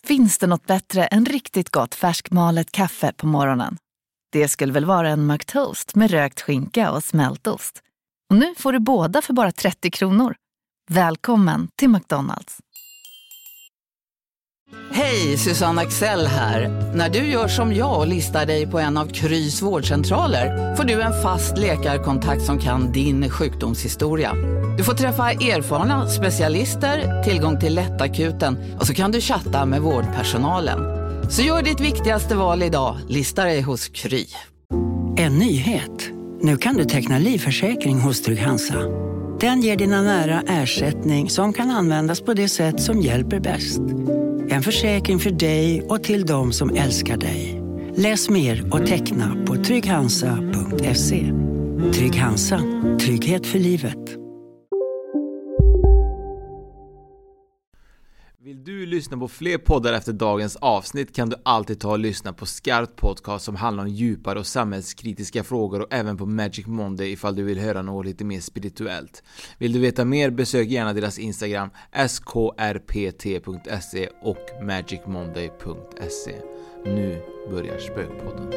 Finns det något bättre än riktigt gott färskmalet kaffe på morgonen? Det skulle väl vara en McToast med rökt skinka och smältost. Och nu får du båda för bara 30 kronor. Välkommen till McDonald's. Hej, Susanne Axel här. När du gör som jag och listar dig på en av Krys vårdcentraler får du en fast läkarkontakt som kan din sjukdomshistoria. Du får träffa erfarna specialister, tillgång till lättakuten och så kan du chatta med vårdpersonalen. Så gör ditt viktigaste val idag, lista dig hos Kry. En nyhet. Nu kan du teckna livförsäkring hos Trygg-Hansa. Den ger dina nära ersättning som kan användas på det sätt som hjälper bäst. En försäkring för dig och till de som älskar dig. Läs mer och teckna på trygghansa.se. Trygg-Hansa. Trygghet för livet. Vill du lyssna på fler poddar efter dagens avsnitt kan du alltid ta och lyssna på Skarpt podcast som handlar om djupare och samhällskritiska frågor och även på Magic Monday ifall du vill höra något lite mer spirituellt. Vill du veta mer, besök gärna deras Instagram skrpt.se och magicmonday.se. Nu börjar Spökpodden.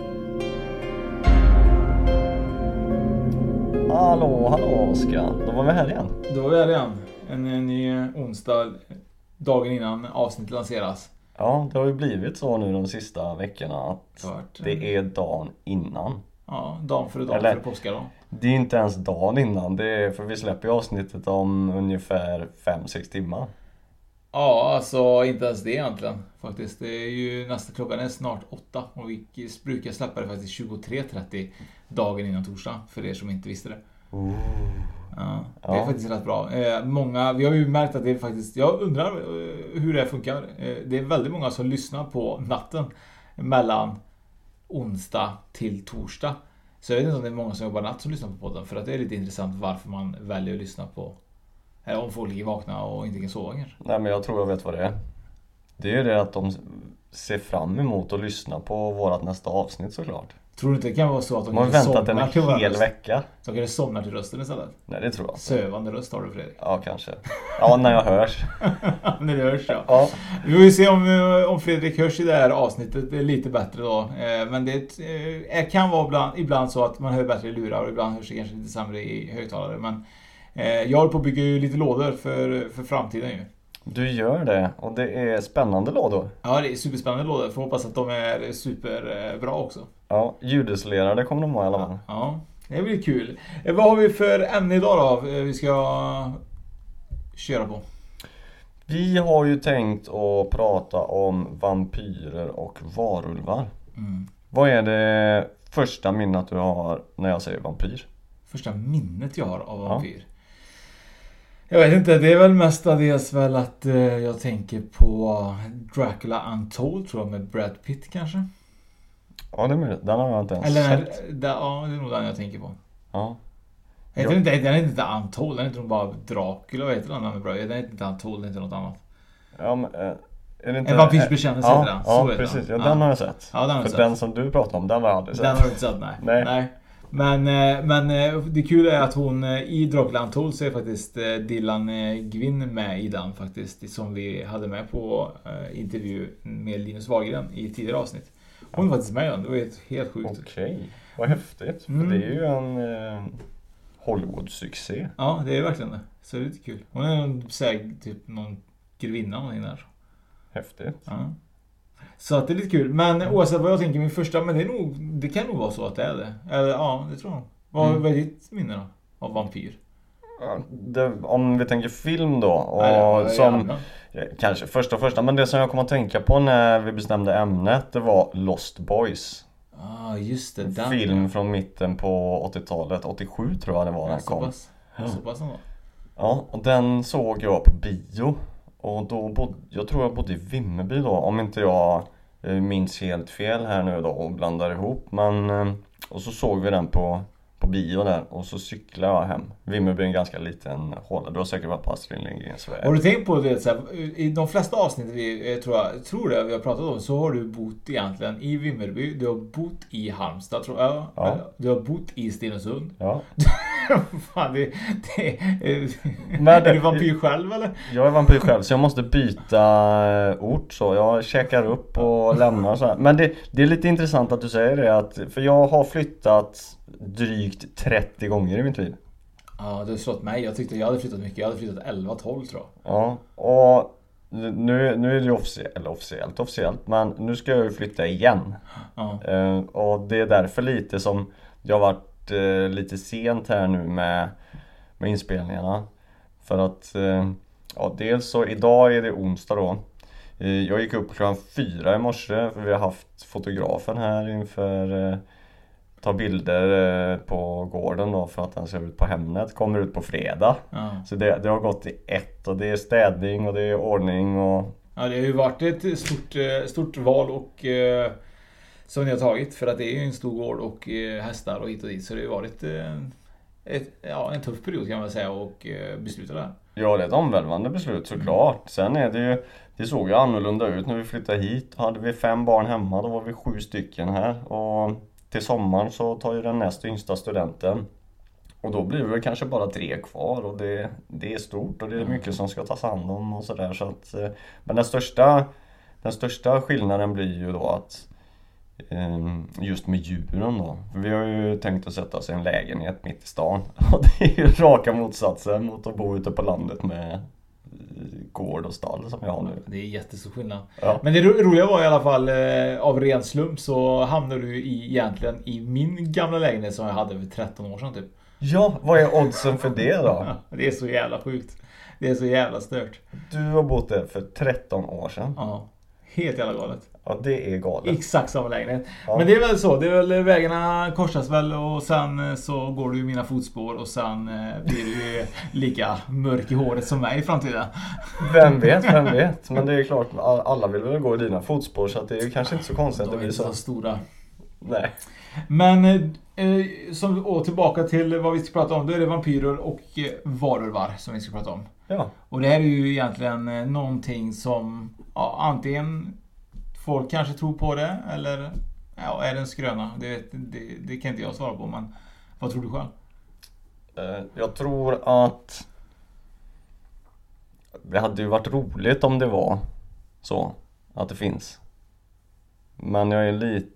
Hallå Oskar, då var vi här igen. Då var vi här igen. En ny onsdag, dagen innan avsnittet lanseras. Ja, det har ju blivit så nu de sista veckorna att det är dagen innan. Ja, dagen för påska då. Det är inte ens dagen innan, det är, för vi släpper ju avsnittet om ungefär 5-6 timmar. Ja, alltså inte ens det egentligen faktiskt. Det är ju nästa klockan är snart 8 och vi brukar släppa det faktiskt 23:30 dagen innan torsdag för er som inte visste det. Ja, det är faktiskt rätt bra. Vi har ju märkt att det är faktiskt, jag undrar hur det funkar. Det är väldigt många som lyssnar på natten mellan onsdag till torsdag. Så jag vet inte om det är många som jobbar natt som lyssnar på podden, för att det är lite intressant varför man väljer att lyssna på, eller om folk ligger vakna och inte kan sova kanske. Nej, men jag tror jag vet vad det är. Det är ju det att de ser fram emot att lyssna på vårat nästa avsnitt såklart. Tror du inte det kan vara så att de har väntat en hel vecka? De kan somna till rösten istället. Nej, det tror jag. Sövande röst har du, Fredrik. Ja, kanske. Ja, när jag hörs. När det hörs, ja. Vi får se om Fredrik hörs i det här avsnittet. Det är lite bättre då. Men det kan vara ibland så att man hör bättre i lurar och ibland hörs det kanske lite sämre i högtalare. Men jag håller på att bygga lite lådor för framtiden ju. Du gör det, och det är spännande lådor. Ja, det är superspännande lådor. Får hoppas att de är superbra också. Ja, ljudisolerade kommer de vara i alla fall. Ja, det blir kul. Vad har vi för ämne idag då? Vi ska köra på. Vi har ju tänkt att prata om vampyrer och varulvar. Vad är det första minnet du har när jag säger vampyr? Första minnet jag har av vampyr? Ja. Jag vet inte, det är väl mestadels väl att jag tänker på Dracula Untold, tror jag, med Brad Pitt kanske. Ja, det är möjligt. Den har jag inte ens sett. Ja, det är nog den jag tänker på. Ja. Den är inte Untold, den är inte bara Dracula, vad heter den med Brad? Den är inte Untold, det är inte något annat. Ja, men är det inte... En vampyrs bekännelse heter den. Ja, precis. Ja, den har jag sett. Ja, den har jag sett. För den som du pratar om, den har jag aldrig sett. Den har du inte sett, nej. Men det kul är att hon i Dracula Untold så är faktiskt Dylan Gwynn med i den faktiskt, som vi hade med på intervju med Linus Wahlgren i tidigare avsnitt. Hon var faktiskt med i den, det var helt sjukt. Okej, vad häftigt. För det är ju en Hollywood-succé. Ja, det är verkligen det. Så det är lite kul. Hon är typ någon grevinna någonting där. Häftigt. Ja. Så att det är lite kul. Men oavsett vad jag tänker, min första, men det kan nog vara så att det är det. Eller ja, det tror jag. Vad är ditt minne då av vampyr? Om vi tänker film då, och kanske första, men det som jag kom att tänka på när vi bestämde ämnet, det var Lost Boys. Just det. Film från mitten på 80-talet, 87 tror jag det var, den kom. Så pass ändå. Ja, och den såg jag på bio. Och då jag tror jag bodde i Vimmerby då, om inte jag minns helt fel här nu då och blandar ihop. Men, och så såg vi den på bio där, och så cyklade jag hem. Vimmerby är en ganska liten håla. Du har säkert varit på Astrid Lindgrens Värld. Har du tänkt på det så här, i de flesta avsnitt vi tror det vi har pratat om, så har du bott egentligen i Vimmerby, du har bott i Halmstad tror jag. Ja. Du har bott i Stenungsund. Ja. Fan, Men är du vampyr själv eller? Jag är vampyr själv så jag måste byta ort så. Jag checkar upp och lämnar så här. Men det är lite intressant att du säger det. För jag har flyttat drygt 30 gånger i mitt liv. Ja, du har slått mig. Jag tyckte jag hade flyttat mycket. Jag hade flyttat 11-12 tror jag. Ja, och nu är det ju officiellt. Men nu ska jag ju flytta igen. Ja. Och det är därför lite som jag har varit lite sent här nu med inspelningarna. För att dels så idag är det onsdag då. Jag gick upp klockan 4 i morse för vi har haft fotografen här inför ta bilder på gården då för att den ska ut på Hemnet. Kommer ut på fredag. Ja. Så det har gått i ett och det är städning och det är ordning och... Ja, det har ju varit ett stort val och som ni har tagit för att det är ju en stor gård och hästar och hit och dit så det har ju varit en tuff period kan man säga och besluta där. Ja, det är ett omvälvande beslut såklart. Sen är det ju, det såg ju annorlunda ut när vi flyttade hit. Hade vi 5 barn hemma, då var vi 7 stycken här och till sommaren så tar ju den näst yngsta studenten. Och då blir det kanske bara 3 kvar och det är stort och det är mycket som ska tas hand om och sådär. Så att, men den största skillnaden blir ju då att just med djuren då. För vi har ju tänkt att sätta oss i en lägenhet mitt i stan. Och det är ju raka motsatsen mot att bo ute på landet med gård och stall som jag har nu. Det är jättestor skillnad. Ja. Men det roliga var i alla fall av ren slump så hamnade du egentligen i min gamla lägenhet som jag hade för 13 år sedan typ. Ja, vad är oddsen för det då? Det är så jävla sjukt. Det är så jävla stört. Du har bott där för 13 år sedan. Ja, helt jävla galet. Ja, det är galet. Exakt samma lägenhet. Ja. Men det är väl så, det är väl vägarna korsas väl och sen så går du i mina fotspår och sen blir du ju lika mörk i håret som mig i framtiden. Vem vet. Men det är klart, alla vill väl gå i dina fotspår så att det är kanske inte så konstigt att det blir så. Stora. Nej. Men tillbaka till vad vi ska prata om. Då är det vampyrer och varulvar som vi ska prata om. Ja. Och det här är ju egentligen någonting som antingen folk kanske tror på det eller är det en skröna? Det kan inte jag svara på, men vad tror du själv? Jag tror att det hade ju varit roligt om det var så att det finns. Men jag är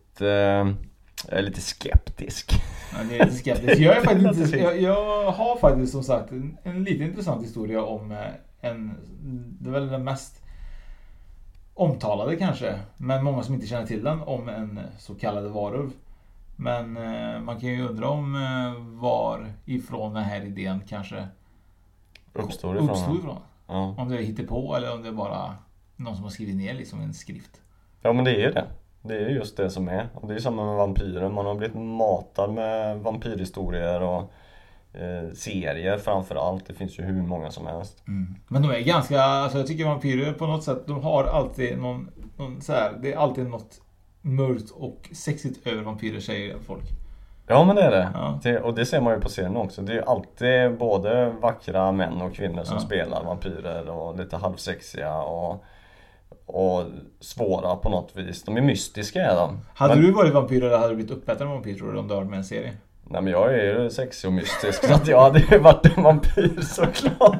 lite skeptisk. Ja, det är lite skeptisk. Jag har faktiskt som sagt en lite intressant historia om det är väl den mest omtalade kanske, men många som inte känner till den om en så kallad varulv. Men man kan ju undra om var ifrån den här idén kanske uppstod ifrån. Ja. Om det är hittepå eller om det är bara någon som har skrivit ner liksom en skrift. Ja, men det är ju det. Det är just det som är. Och det är samma med vampyrer. Man har blivit matad med vampyrhistorier och serier framförallt. Det finns ju hur många som helst. Mm. Men de är ganska, alltså jag tycker vampyrer på något sätt, de har alltid någon så här, det är alltid något mörkt och sexigt över vampyrer, säger folk. Ja, men det är det. Ja. Och det ser man ju på serien också. Det är ju alltid både vackra män och kvinnor som spelar vampyrer och lite halvsexiga och svåra på något vis. De är mystiska är de. Hade du varit vampyr eller hade du blivit uppäten av vampyr, tror du, om du hade med en serie? Nej, men jag är ju sexig och mystisk så att jag hade ju varit en vampyr såklart.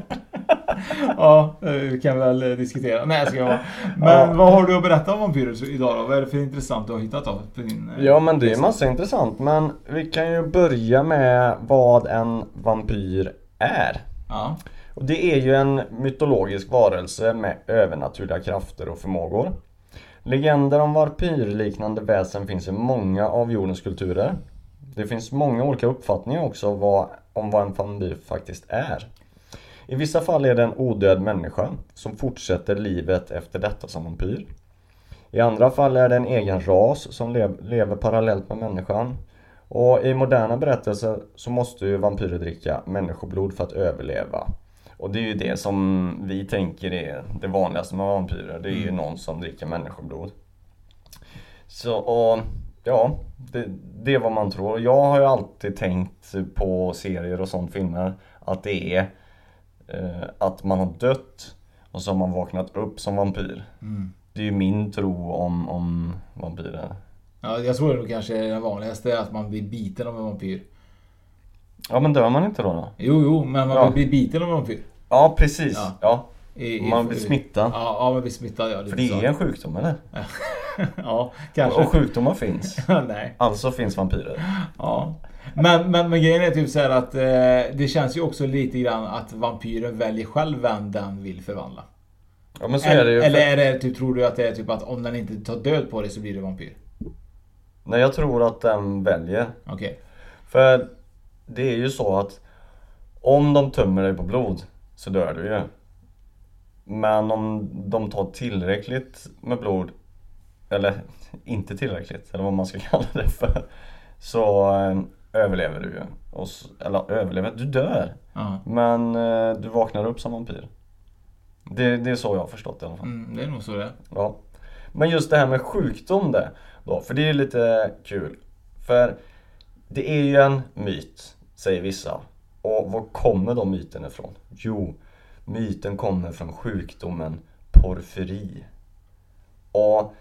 Ja, vi kan väl diskutera. Nej, ska jag vara. Men vad har du att berätta om vampyrer idag då? Vad är det för intressant du har hittat då? För din, ja, men det är massa intressant. Men vi kan ju börja med vad en vampyr är. Ja. Och det är ju en mytologisk varelse med övernaturliga krafter och förmågor. Legender om vampyrliknande väsen finns i många av jordens kulturer. Det finns många olika uppfattningar också om vad en vampyr faktiskt är. I vissa fall är det en odöd människa som fortsätter livet efter detta som vampyr. I andra fall är det en egen ras som lever parallellt med människan. Och i moderna berättelser så måste ju vampyrer dricka människoblod för att överleva. Och det är ju det som vi tänker är det vanligaste med vampyrer. Det är ju någon som dricker människoblod. Så, och ja, det är vad man tror. Jag har ju alltid tänkt på serier och sånt filmer att det är att man har dött och så har man vaknat upp som vampyr. Mm. Det är ju min tro om vampyrer. Ja, jag tror det kanske är det vanligaste att man blir biten av en vampyr. Ja, men dör man inte då? Jo, men man blir biten av en vampyr. Ja, precis. Ja. Man blir smittad. Ja, man blir smittad. Ja, för det är en sjukdom, eller? Ja, kanske. Och sjukdomar finns. Nej. Alltså finns vampyrer. Ja. Men grejen är typ så här att det känns ju också lite grann att vampyren väljer själv vem den vill förvandla. Ja, men så är det ju. Eller är det typ, tror du att det är typ att om den inte tar död på det så blir det vampyr? Nej, jag tror att den väljer. Okej. För det är ju så att om de tömmer dig på blod så dör du ju. Men om de tar tillräckligt med blod, eller inte tillräckligt, eller vad man ska kalla det för, så överlever du ju. Eller överlever, du dör. Men du vaknar upp som vampyr. Det är så jag har förstått det i alla fall. Det är nog så det. Ja. Men just det här med sjukdom då, för det är lite kul. För det är ju en myt, säger vissa. Och var kommer då myten ifrån? Jo, myten kommer från sjukdomen porfyri. Och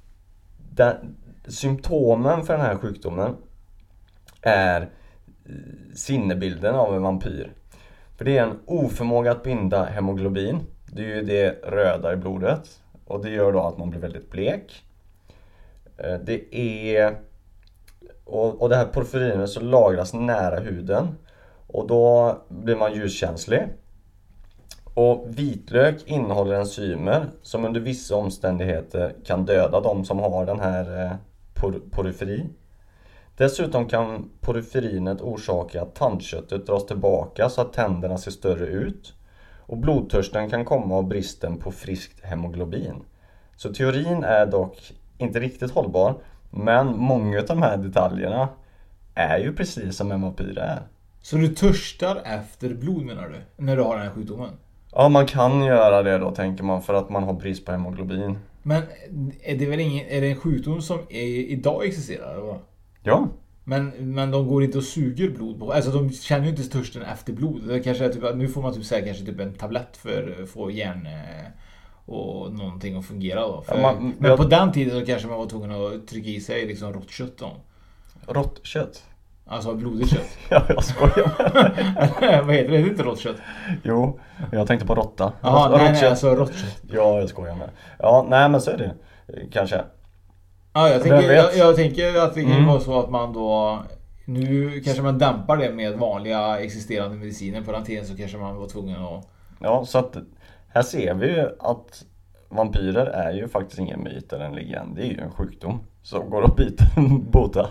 symptomen för den här sjukdomen är sinnebilden av en vampyr. För det är en oförmåga att binda hemoglobin. Det är ju det röda i blodet. Och det gör då att man blir väldigt blek. Det är... Och det här porfyrinet så lagras nära huden. Och då blir man ljuskänslig. Och vitlök innehåller enzymer som under vissa omständigheter kan döda de som har den här porfyri. Dessutom kan porfyrinet orsaka att tandköttet dras tillbaka så att tänderna ser större ut. Och blodtörsten kan komma av bristen på friskt hemoglobin. Så teorin är dock inte riktigt hållbar. Men många av de här detaljerna är ju precis som en vampyr är. Så du törstar efter blod, menar du? När du har den här sjukdomen? Ja, man kan göra det då, tänker man, för att man har brist på hemoglobin. Men är det en sjukdom som idag existerar? Eller? Ja. Men de går inte och suger blod på. Alltså de känner ju inte törsten efter blod. Det kanske är typ, nu får man typ säga kanske typ en tablett för att få järn och någonting att fungera då. Men på den tiden så kanske man var tvungen att trycka i sig liksom rått kött då. Rått kött? Alltså blodigt kött. Ja, jag skojar med. Vad heter det? Det är inte rått kött. Jo, jag tänkte på råtta. Jaha, nej, alltså rått kött. Ja, jag skojar med. Ja, nej men så är det. Kanske. Ja, jag tänker att det kan vara så att man då... Nu kanske man dämpar det med vanliga existerande mediciner. På den tiden så kanske man var tvungen att... Ja, så att här ser vi ju att vampyrer är ju faktiskt ingen myt eller en legend. Det är ju en sjukdom som går att bota.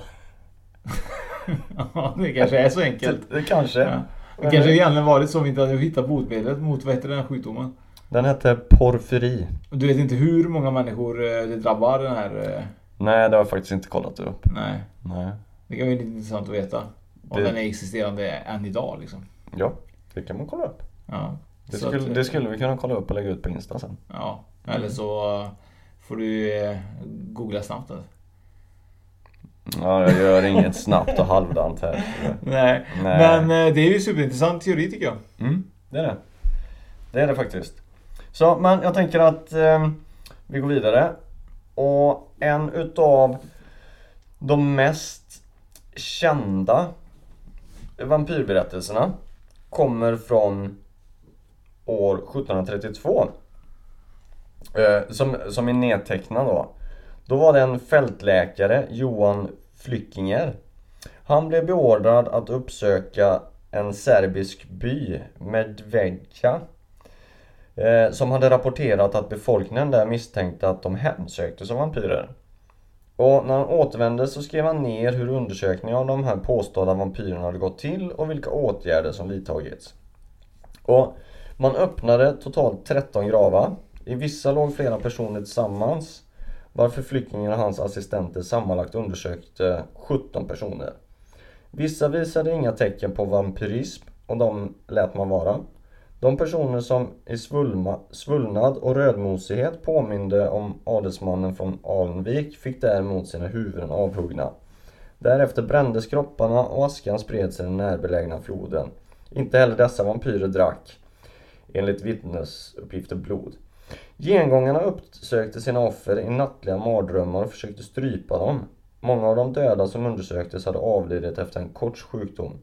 Ja, det kanske är så enkelt. Det kanske. Ja. Det kanske egentligen varit så om vi inte hade hittat botemedlet mot vad heter den här sjukdomen. Den heter porfyri. Och du vet inte hur många människor det drabbar den här... Nej, det har jag faktiskt inte kollat upp. Nej. Det kan vara lite intressant att veta. Om den är existerande än idag liksom. Ja, det kan man kolla upp. Ja. Det skulle vi kunna kolla upp och lägga ut på Insta sen. Ja, eller så får du googla snabbt. Ja, jag gör inget snabbt och halvdant här. Nej. Men det är ju superintressant teori tycker jag. Det är det. Det är det faktiskt. Så, men jag tänker att vi går vidare. Och en utav de mest kända vampyrberättelserna kommer från år 1732. Som är nedtecknad då. Då var det en fältläkare, Johan Flückinger. Han blev beordrad att uppsöka en serbisk by, Medvedja, som hade rapporterat att befolkningen där misstänkte att de hemsöktes som vampyrer. Och när han återvände så skrev han ner hur undersökningen av de här påstådda vampyrerna hade gått till och vilka åtgärder som vidtagits. Och man öppnade totalt 13 gravar. I vissa låg flera personer tillsammans, varför Flückinger och hans assistenter sammanlagt undersökte 17 personer. Vissa visade inga tecken på vampyrism och de lät man vara. De personer som i svullnad och rödmosighet påminde om adelsmannen från Alnvik fick däremot sina huvuden avhuggna. Därefter brändes kropparna och askan spred sig i den närbelägna floden. Inte heller dessa vampyrer drack, enligt vittnesuppgifter, blod. Gengångarna uppsökte sina offer i nattliga mardrömmar och försökte strypa dem. Många av de döda som undersöktes hade avlidit efter en kort sjukdom.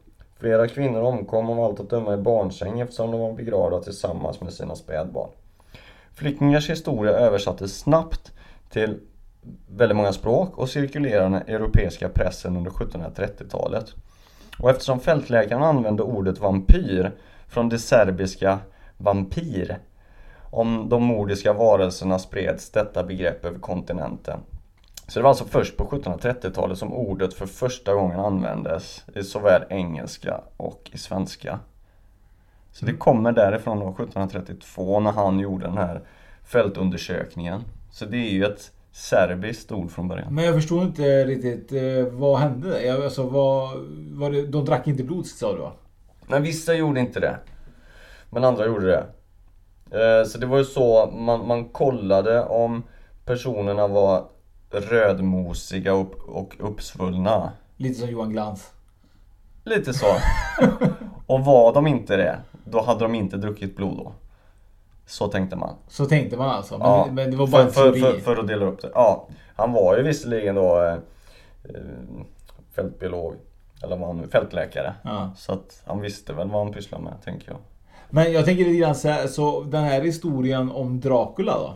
Flera kvinnor omkom av allt att döma i barnsäng eftersom de var begravda tillsammans med sina spädbarn. Flyktingars historia översattes snabbt till väldigt många språk och cirkulerade i den europeiska pressen under 1730-talet. Och eftersom fältläkaren använde ordet vampyr från det serbiska vampir, om de mordiska varelserna spreds detta begrepp över kontinenten. Så det var alltså först på 1730-talet som ordet för första gången användes i såväl engelska och i svenska. Så det kommer därifrån då, 1732, när han gjorde den här fältundersökningen. Så det är ju ett serbiskt ord från början. Men jag förstår inte riktigt, vad hände? Alltså, var det, de drack inte blod, sa du, va? Nej, vissa gjorde inte det. Men andra gjorde det. Så det var ju så, man kollade om personerna var rödmosiga och uppsvullna. Lite som Johan Glans. Lite så. Och var de inte det, då hade de inte druckit blod då. Så tänkte man. Så tänkte man alltså. Men, ja, men det var bara en teori. För att dela upp det. Ja, han var ju visserligen då fältbiolog. Eller var han nu? Fältläkare. Ja. Så att han visste väl vad han pysslade med, tänker jag. Men jag tänker lite grann så den här historien om Dracula då?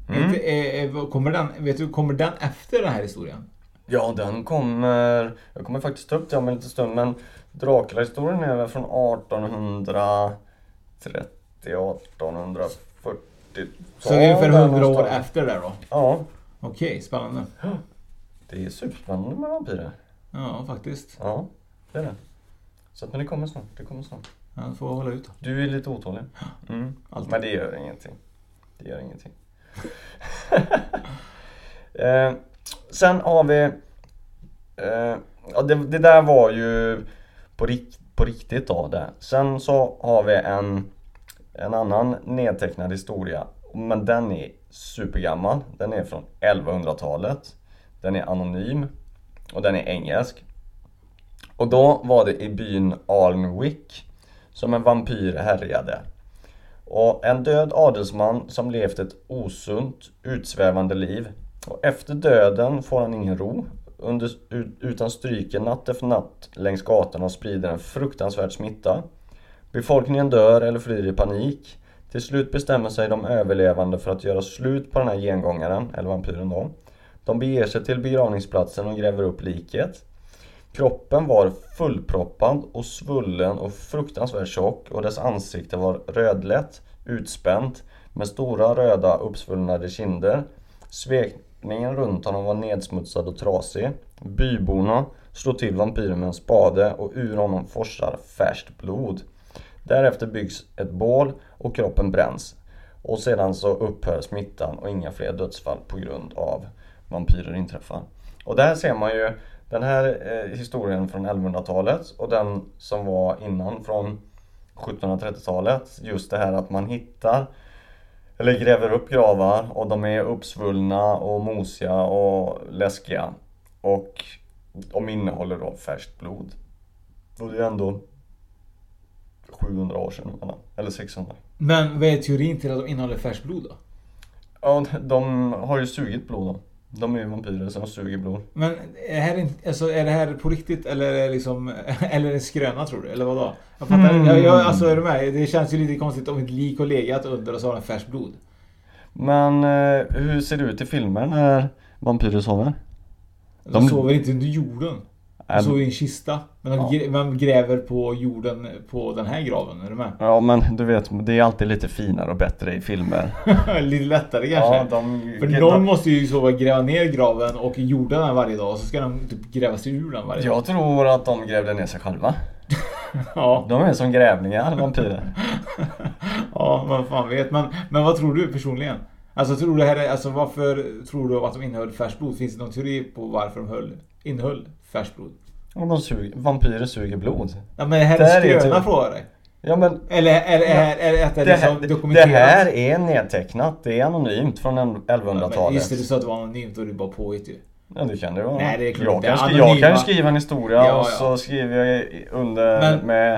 Kommer den efter den här historien? Ja, den kommer... Jag kommer faktiskt ta upp det om en liten stund. Men Dracula-historien är väl från 1830, 1840. Så det är ungefär 100 år efter det då? Ja. Okej, spännande. Det är superspännande med vampyrer. Ja, faktiskt. Ja, det är det. Så att, men det kommer snart. Ja, får hålla ut då. Du är lite otålig. Men det gör ingenting. Sen har vi det där var ju på riktigt då det. Sen så har vi en annan nedtecknad historia, men den är supergammal. Den är från 1100-talet. Den är anonym och den är engelsk. Och då var det i byn Alnwick som en vampyr härjade. Och en död adelsman som levt ett osunt, utsvävande liv. Och efter döden får han ingen ro, utan stryker natt efter natt längs gatorna och sprider en fruktansvärd smitta. Befolkningen dör eller flyr i panik. Till slut bestämmer sig de överlevande för att göra slut på den här gengångaren, eller vampyren då. De beger sig till begravningsplatsen och gräver upp liket. Kroppen var fullproppad och svullen och fruktansvärt tjock, och dess ansikte var rödlätt, utspänt med stora röda uppsvullnade kinder. Svekningen runt honom var nedsmutsad och trasig. Byborna slår till vampyren med en spade och ur honom forsar färskt blod. Därefter byggs ett bål och kroppen bränns. Och sedan så upphör smittan och inga fler dödsfall på grund av vampyrer inträffar. Och där ser man ju den här historien från 1100-talet och den som var innan från 1730-talet. Just det här att man hittar eller gräver upp gravar och de är uppsvullna och mosiga och läskiga. Och de innehåller då färskt blod. Och det är ändå 700 år sedan, eller 600. Men vad är teorin till att de innehåller färskt blod då? Ja, de har ju sugit blod då. De är ju vampyrer som suger blod. Men är det här på riktigt eller är det liksom, eller är det skröna, tror du? Eller vad då? Jag fattar, alltså är du med? Det känns ju lite konstigt om ett lik har legat under och så har den färskt blod. Men hur ser det ut i filmen när vampyrer sover? De sover inte under jorden. De sover i en kista. Men man gräver på jorden på den här graven, är du med? Ja, men du vet, det är alltid lite finare och bättre i filmer. Lite lättare kanske. Ja, för någon måste ju sova, gräva ner graven och jorda den varje dag. Och så ska de typ gräva sig ur den varje dag. Jag tror att de grävde ner sig själva. Ja. De är som grävlingar, vampyrer. Ja, man fan vet. Men vad tror du personligen? Alltså tror du varför tror du att de innehöll färskt blod? Finns det någon teori på varför de innehöll färskt blod? Vampyrer suger blod. Ja, men det här är skröna frågar dig. Ja, men eller är det liksom dokumenterat? Det här är nedtecknat. Det är anonymt från 1100-talet. Ja, just det, du sa att det var anonymt och det bara påhitt ju. Ja, det kan det vara. Nej, det är klart. Jag kan ju skriva en historia och så skriver jag under med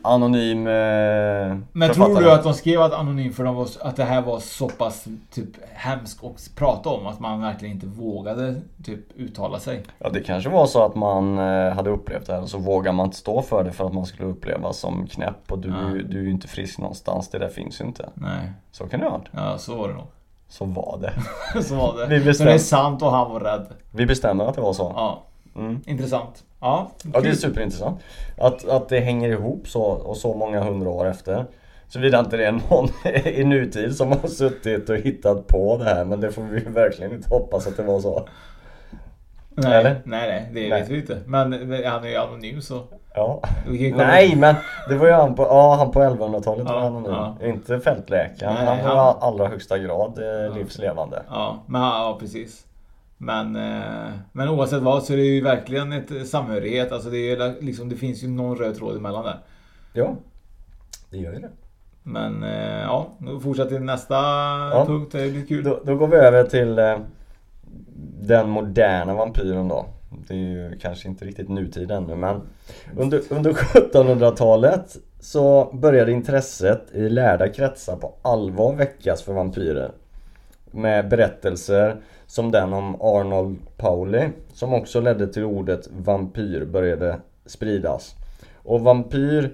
anonym Men tror du att de skrev att anonym för att det här var så pass typ hemskt att prata om att man verkligen inte vågade typ uttala sig? Ja, det kanske var så att man hade upplevt det här och så vågar man inte stå för det för att man skulle uppleva som knäpp och du är ju inte frisk någonstans, det där finns ju inte. Nej. Så kan det vara. Ja, så var det nog. Så var det. Så var det. Så det är sant och han var rädd. Vi bestämmer att det var så. Ja. Intressant. Ja, det är superintressant att det hänger ihop så många 100 år efter. Så vidare inte det är någon i nutid som har suttit och hittat på det här, men det får vi verkligen inte hoppas att det var så. Nej, eller? Nej, det vet vi inte. Men han är ju anonym så. Ja. Nej, men det var ju han på 1100-talet var anonym. Ja. Inte fältläkaren. Han var i allra högsta grad livslevande. Ja, men precis. Men oavsett vad så är det ju verkligen ett samhörighet. Alltså det är liksom, det finns ju någon röd tråd emellan där. Ja, det gör ju det. Men nu fortsätter till nästa punkt. Det blir kul. Då går vi över till den moderna vampyren då. Det är ju kanske inte riktigt nutid ännu, men under 1700-talet så började intresset i lärda kretsar på allvar väckas för vampyrer. Med berättelser som den om Arnold Pauli, som också ledde till ordet vampyr började spridas. Och vampyr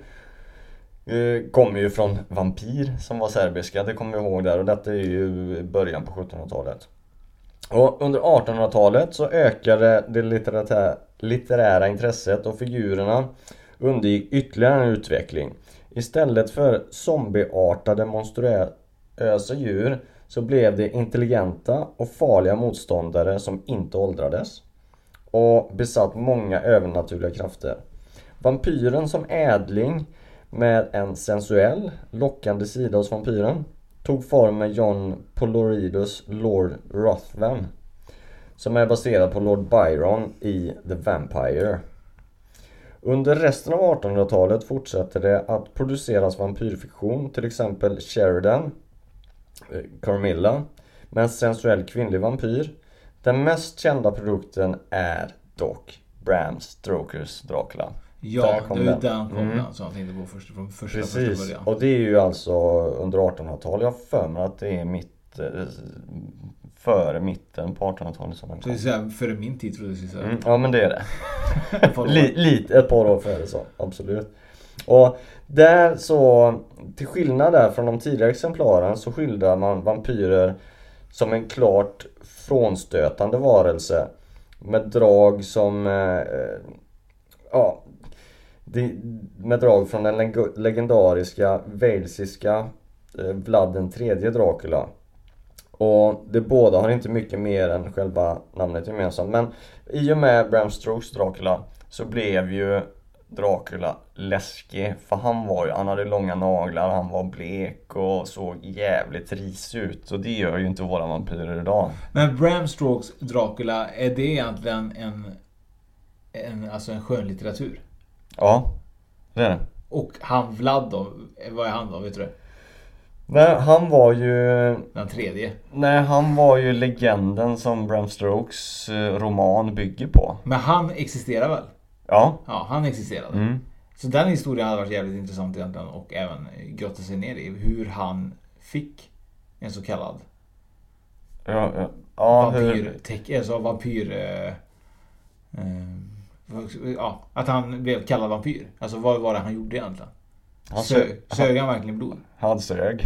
kommer ju från vampir som var serbiska, det kommer vi ihåg där, och detta är ju början på 1700-talet. Och under 1800-talet så ökade det litterära intresset och figurerna undergick ytterligare en utveckling. Istället för zombieartade monstruösa djur så blev det intelligenta och farliga motståndare som inte åldrades och besatt många övernaturliga krafter. Vampyren som ädling med en sensuell, lockande sida hos vampyren tog form med John Poloridos Lord Ruthven, som är baserad på Lord Byron i The Vampire. Under resten av 1800-talet fortsatte det att produceras vampyrfiktion, till exempel Sheridan, Carmilla, med en sensuell kvinnlig vampyr. Den mest kända produkten är dock Bram Stokers Dracula. Ja, det är den kom så han tänkte på från första början. Och det är ju alltså under 1800-talet. Jag för mig att det är före mitten på 1800-talet som den kom. Så det är före min tid tror jag. Ja, men det är det. Lite ett par år före så, absolut. Och där så, till skillnad där från de tidigare exemplaren, så skildrar man vampyrer som en klart frånstötande varelse med drag som med drag från den legendariska walesiska Vlad den tredje Dracula. Och de båda har inte mycket mer än själva namnet gemensamt. Men i och med Bram Stokers Dracula så blev ju Dracula läskig. För han hade långa naglar, han var blek och såg jävligt risig ut. Och det gör ju inte våra vampyrer idag. Men Bram Stokers Dracula, är det egentligen en skönlitteratur? Ja, det är det. Och han Vlad då? Vad är han då, vet du det? Nej, han var ju... Den tredje. Nej, han var ju legenden som Bram Stokers roman bygger på. Men han existerar väl? Ja. Ja, han existerade. Så den historien hade varit jävligt intressant egentligen. Och även grotta sig ner i hur han fick en så kallad att han blev kallad vampyr. Alltså vad var det han gjorde egentligen? Sög han verkligen blod? Han sög.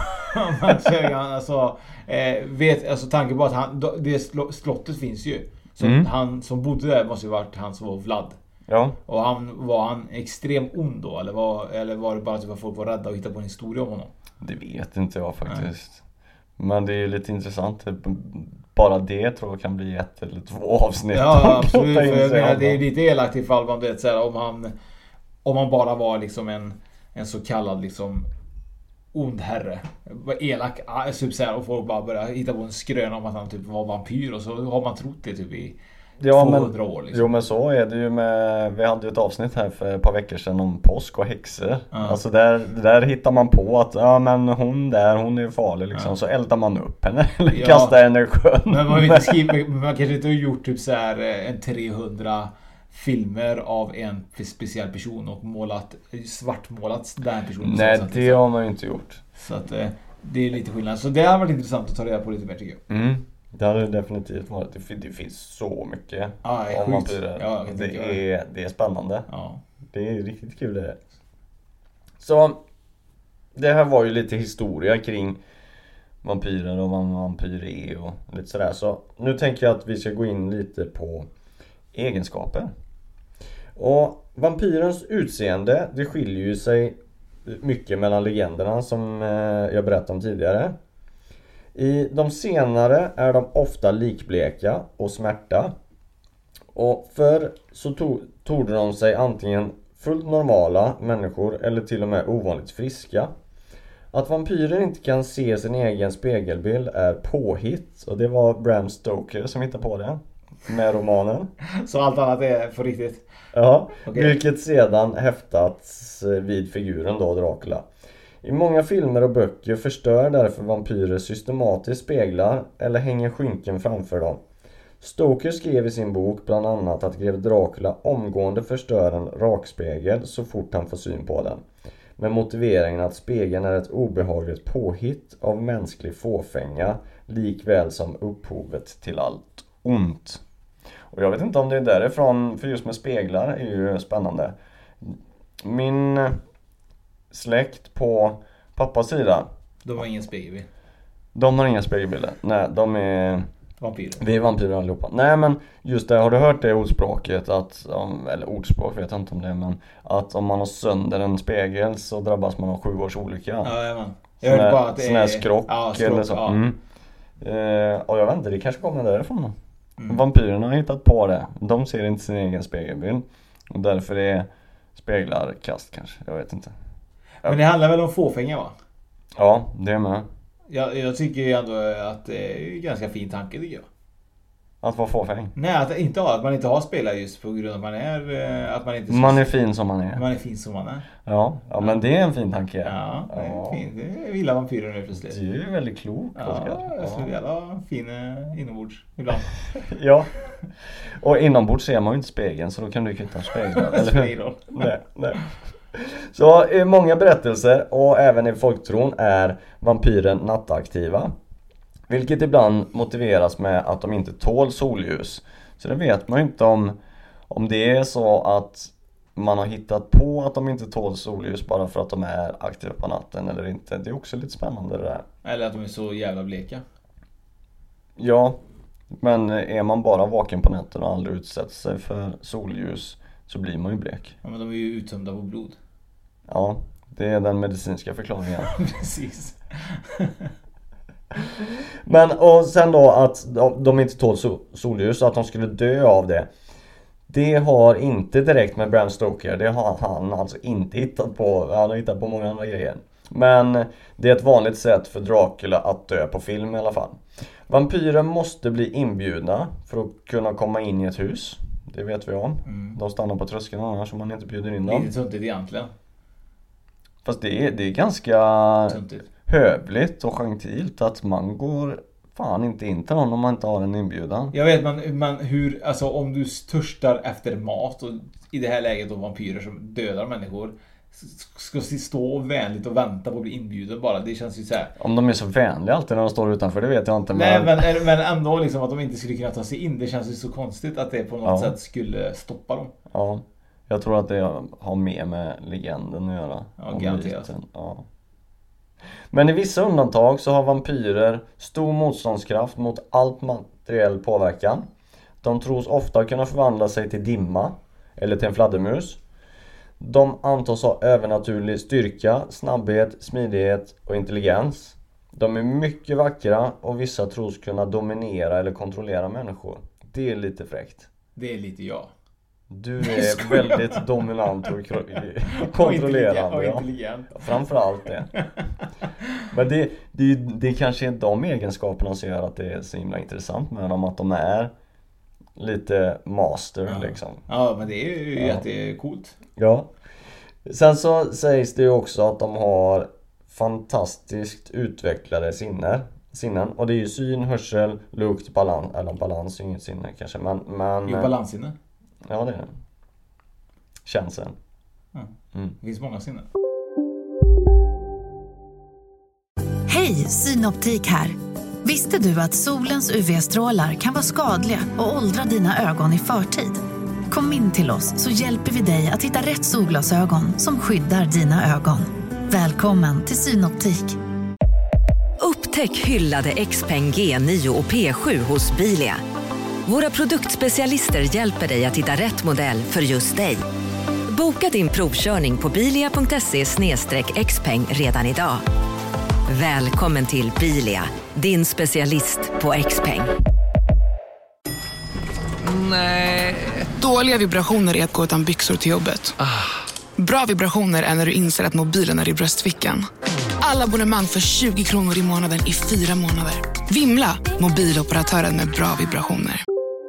Tanken på att det slottet finns ju. Så han som bodde där måste ju varit han som var Vlad. Ja. Och var han extrem ond då? Eller var det bara att folk var rädda och hittade på en historia om honom? Det vet inte jag faktiskt. Nej. Men det är ju lite intressant. Bara det tror jag kan bli 1 eller 2 avsnitt. Ja, absolut. Det är lite elakt ifall man vet såhär, om man bara var liksom en så kallad liksom ond herre. Elak typ såhär, och folk bara börjar hitta på en skrön om att han typ var vampyr, och så har man trott det typ i 200 år liksom. Jo, men så är det ju med... Vi hade ju ett avsnitt här för ett par veckor sedan om påsk och häxor. Alltså där hittar man på att men hon är farlig liksom. Så eldar man upp henne eller kastar henne i sjön. Men man kanske inte har gjort typ så här en 300 filmer av en speciell person och svartmålat den personen. Nej, det har man ju inte gjort. Så att det är lite skillnad. Så det har varit intressant att ta reda på lite mer, tycker jag. Det har det definitivt varit. Det finns så mycket om vampyrer. Ja, det är spännande. Ja. Det är riktigt kul det. Så det här var ju lite historia kring vampyrer och vad en vampyr är och lite sådär. Så nu tänker jag att vi ska gå in lite på egenskaper. Och vampyrens utseende, det skiljer ju sig mycket mellan legenderna som jag berättade om tidigare. I de senare är de ofta likbleka och smärta. Och förr så torde de sig antingen fullt normala människor eller till och med ovanligt friska. Att vampyrer inte kan se sin egen spegelbild är påhitt, och det var Bram Stoker som hittade på det med romanen. Så allt annat är för riktigt? Ja, okay. Vilket sedan häftats vid figuren då, Dracula. I många filmer och böcker förstör därför vampyrer systematiskt speglar eller hänger skynken framför dem. Stoker skrev i sin bok bland annat att greve Dracula omgående förstör en rakspegel så fort han får syn på den. Med motiveringen att spegeln är ett obehagligt påhitt av mänsklig fåfänga, likväl som upphovet till allt ont. Och jag vet inte om det är därifrån, för just med speglar är ju spännande. Min släkt på pappas sida, de har ingen spegelbild. De har inga spegelbilder. Nej, de är vampyrer. Vi är vampyrer allihopa. Nej, men just det, har du hört det ordspråket att, eller ordspråk vet jag inte om det, men att om man har sönder en spegel så drabbas man av 7 års olycka. Ja, man. Jag hörde bara att det är skrock, eller så. Ja. Och jag vet inte, det kanske kommer därifrån då. Vampyrerna har hittat på det. De ser inte sin egen spegelbild. Och därför är speglar kast kanske, jag vet inte. Men det handlar väl om fåfänga, va? Ja, det är med. Jag tycker ändå att det är en ganska fin tanke, tycker jag. Att vara fåfäng? Nej, att man inte har spelat just på grund av att man är... Att man inte man är fin som man är. Man är fin som man är. Ja, men det är en fin tanke. Ja, det är fint. Det är vilda vampyrer nu plötsligt. Du är ju väldigt klok, Oskar. Ja, jag skulle jävla fin inombords ibland. Ja. Och inombords ser man ju inte spegeln, så då kan du kvitta en spegel. Eller hur? Nej. Så i många berättelser och även i folktron är vampyren nattaktiva. Vilket ibland motiveras med att de inte tål solljus. Så det vet man ju inte om det är så att man har hittat på att de inte tål solljus bara för att de är aktiva på natten eller inte. Det är också lite spännande det där. Eller att de är så jävla bleka. Ja, men är man bara vaken på natten och aldrig utsätter sig för solljus så blir man ju blek. Ja, men de är ju uttömda på blod. Ja, det är den medicinska förklaringen. Precis. Men och sen då att de inte tål solljus och att de skulle dö av det. Det har inte direkt med Bram Stoker. Det har han alltså inte hittat på. Han har hittat på många andra grejer. Men det är ett vanligt sätt för Dracula att dö på film i alla fall. Vampyrer måste bli inbjudna för att kunna komma in i ett hus. Det vet vi om. De stannar på tröskeln annars om man inte bjuder in dem. Det är tuntigt egentligen. Fast det är ganska tuntigt. Hövligt och gentilt att man går fan inte in till någon om man inte har en inbjudan. Jag vet man hur, alltså om du törstar efter mat och i det här läget då vampyrer som dödar människor ska stå vänligt och vänta på att bli inbjuden bara, det känns ju så här. Om de är så vänliga alltid när de står utanför, det vet jag inte. Nej, men ändå liksom att de inte skulle kunna ta sig in, det känns ju så konstigt att det på något sätt skulle stoppa dem. Ja, jag tror att det har mer med legenden att göra. Ja, garanterat. Ja. Men i vissa undantag så har vampyrer stor motståndskraft mot allt materiell påverkan. De tros ofta kunna förvandla sig till dimma eller till en fladdermus. De antas ha övernaturlig styrka, snabbhet, smidighet och intelligens. De är mycket vackra och vissa tros kunna dominera eller kontrollera människor. Det är lite fräckt. Det är lite jag. Du är väldigt dominant och kontrollerande. Och intelligent. Ja. Framförallt det. Men det är kanske inte de egenskaperna som gör att det är så himla intressant med dem. Att de är lite master liksom. Ja, men det är ju jättecoolt. Ja. Sen så sägs det ju också att de har fantastiskt utvecklade sinnen. Och det är ju syn, hörsel, lukt, balans. Eller balans är inget sinne kanske. Men Jo, balanssinne. Ja, det är det. Känseln. Det finns många sinnen. Hej, Synoptik här. Visste du att solens UV-strålar kan vara skadliga och åldra dina ögon i förtid? Kom in till oss så hjälper vi dig att hitta rätt solglasögon som skyddar dina ögon. Välkommen till Synoptik. Upptäck hyllade XPeng G9 och P7 hos Bilia. Våra produktspecialister hjälper dig att hitta rätt modell för just dig. Boka din provkörning på bilia.se/xpeng redan idag. Välkommen till Bilia, din specialist på XPeng. Nej. Dåliga vibrationer är att gå utan byxor till jobbet. Bra vibrationer är när du inser att mobilen är i bröstfickan. Alla abonnemang för 20 kronor i månaden i 4 månader. Vimla, mobiloperatören med bra vibrationer.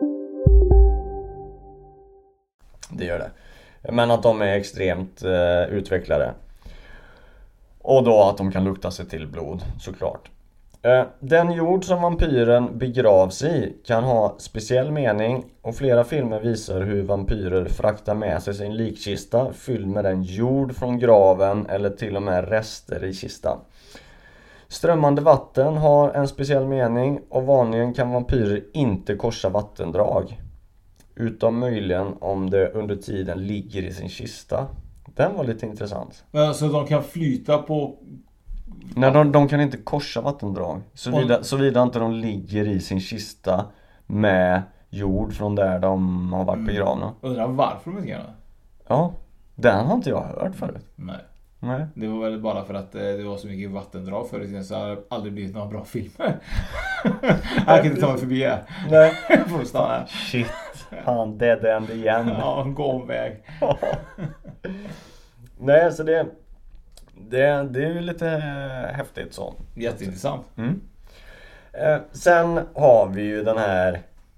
Det gör det. Men att de är extremt utvecklade. Och då att de kan lukta sig till blod, såklart. Den jord som vampyren begravs i kan ha speciell mening. Och flera filmer visar hur vampyrer fraktar med sig sin likkista fylld med den jord från graven eller till och med rester i kistan. Strömmande vatten har en speciell mening och vanligen kan vampyrer inte korsa vattendrag. Utom möjligen om det under tiden ligger i sin kista. Den var lite intressant. Så de kan flyta på... Nej, de kan inte korsa vattendrag. Såvida inte de ligger i sin kista med jord från där de har varit begravna. Undrar varför de inte gör det? Ja, den har inte jag hört förut. Nej. Nej. Det var väl bara för att det var så mycket vattendrag förut i tiden, så har det aldrig blivit några bra filmer. Jag kan inte ta mig förbi här. Nej. Får stanna här. Shit, han dead end igen. Ja, en gångväg. Nej, så det är ju lite häftigt så. Jätteintressant. Sen har vi ju den här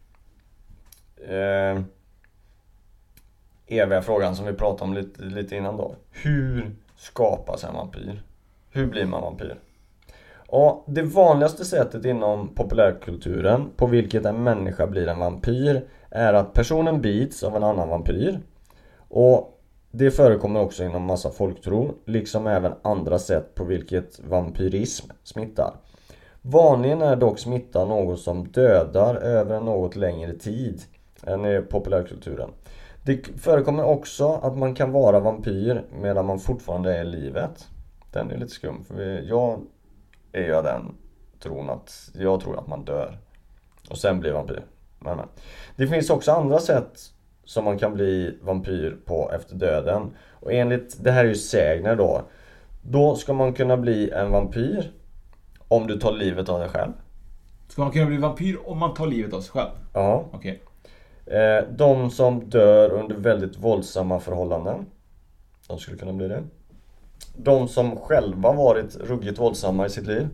eviga frågan som vi pratade om lite innan då. Hur skapas en vampyr? Hur blir man vampyr? Och det vanligaste sättet inom populärkulturen på vilket en människa blir en vampyr är att personen bits av en annan vampyr. Och det förekommer också inom massa folktro, liksom även andra sätt på vilket vampyrism smittar. Vanligen är dock smitta något som dödar över en något längre tid än i populärkulturen. Det förekommer också att man kan vara vampyr medan man fortfarande är i livet. Den är lite skum, för jag är ju den tron att jag tror att man dör och sen blir vampyr. Men. Det finns också andra sätt som man kan bli vampyr på efter döden. Och enligt det här är ju sägner då. Då ska man kunna bli en vampyr om du tar livet av dig själv. Ska man kunna bli vampyr om man tar livet av sig själv? Ja. Okej. De som dör under väldigt våldsamma förhållanden, de skulle kunna bli det. De som själva varit ruggigt våldsamma i sitt liv.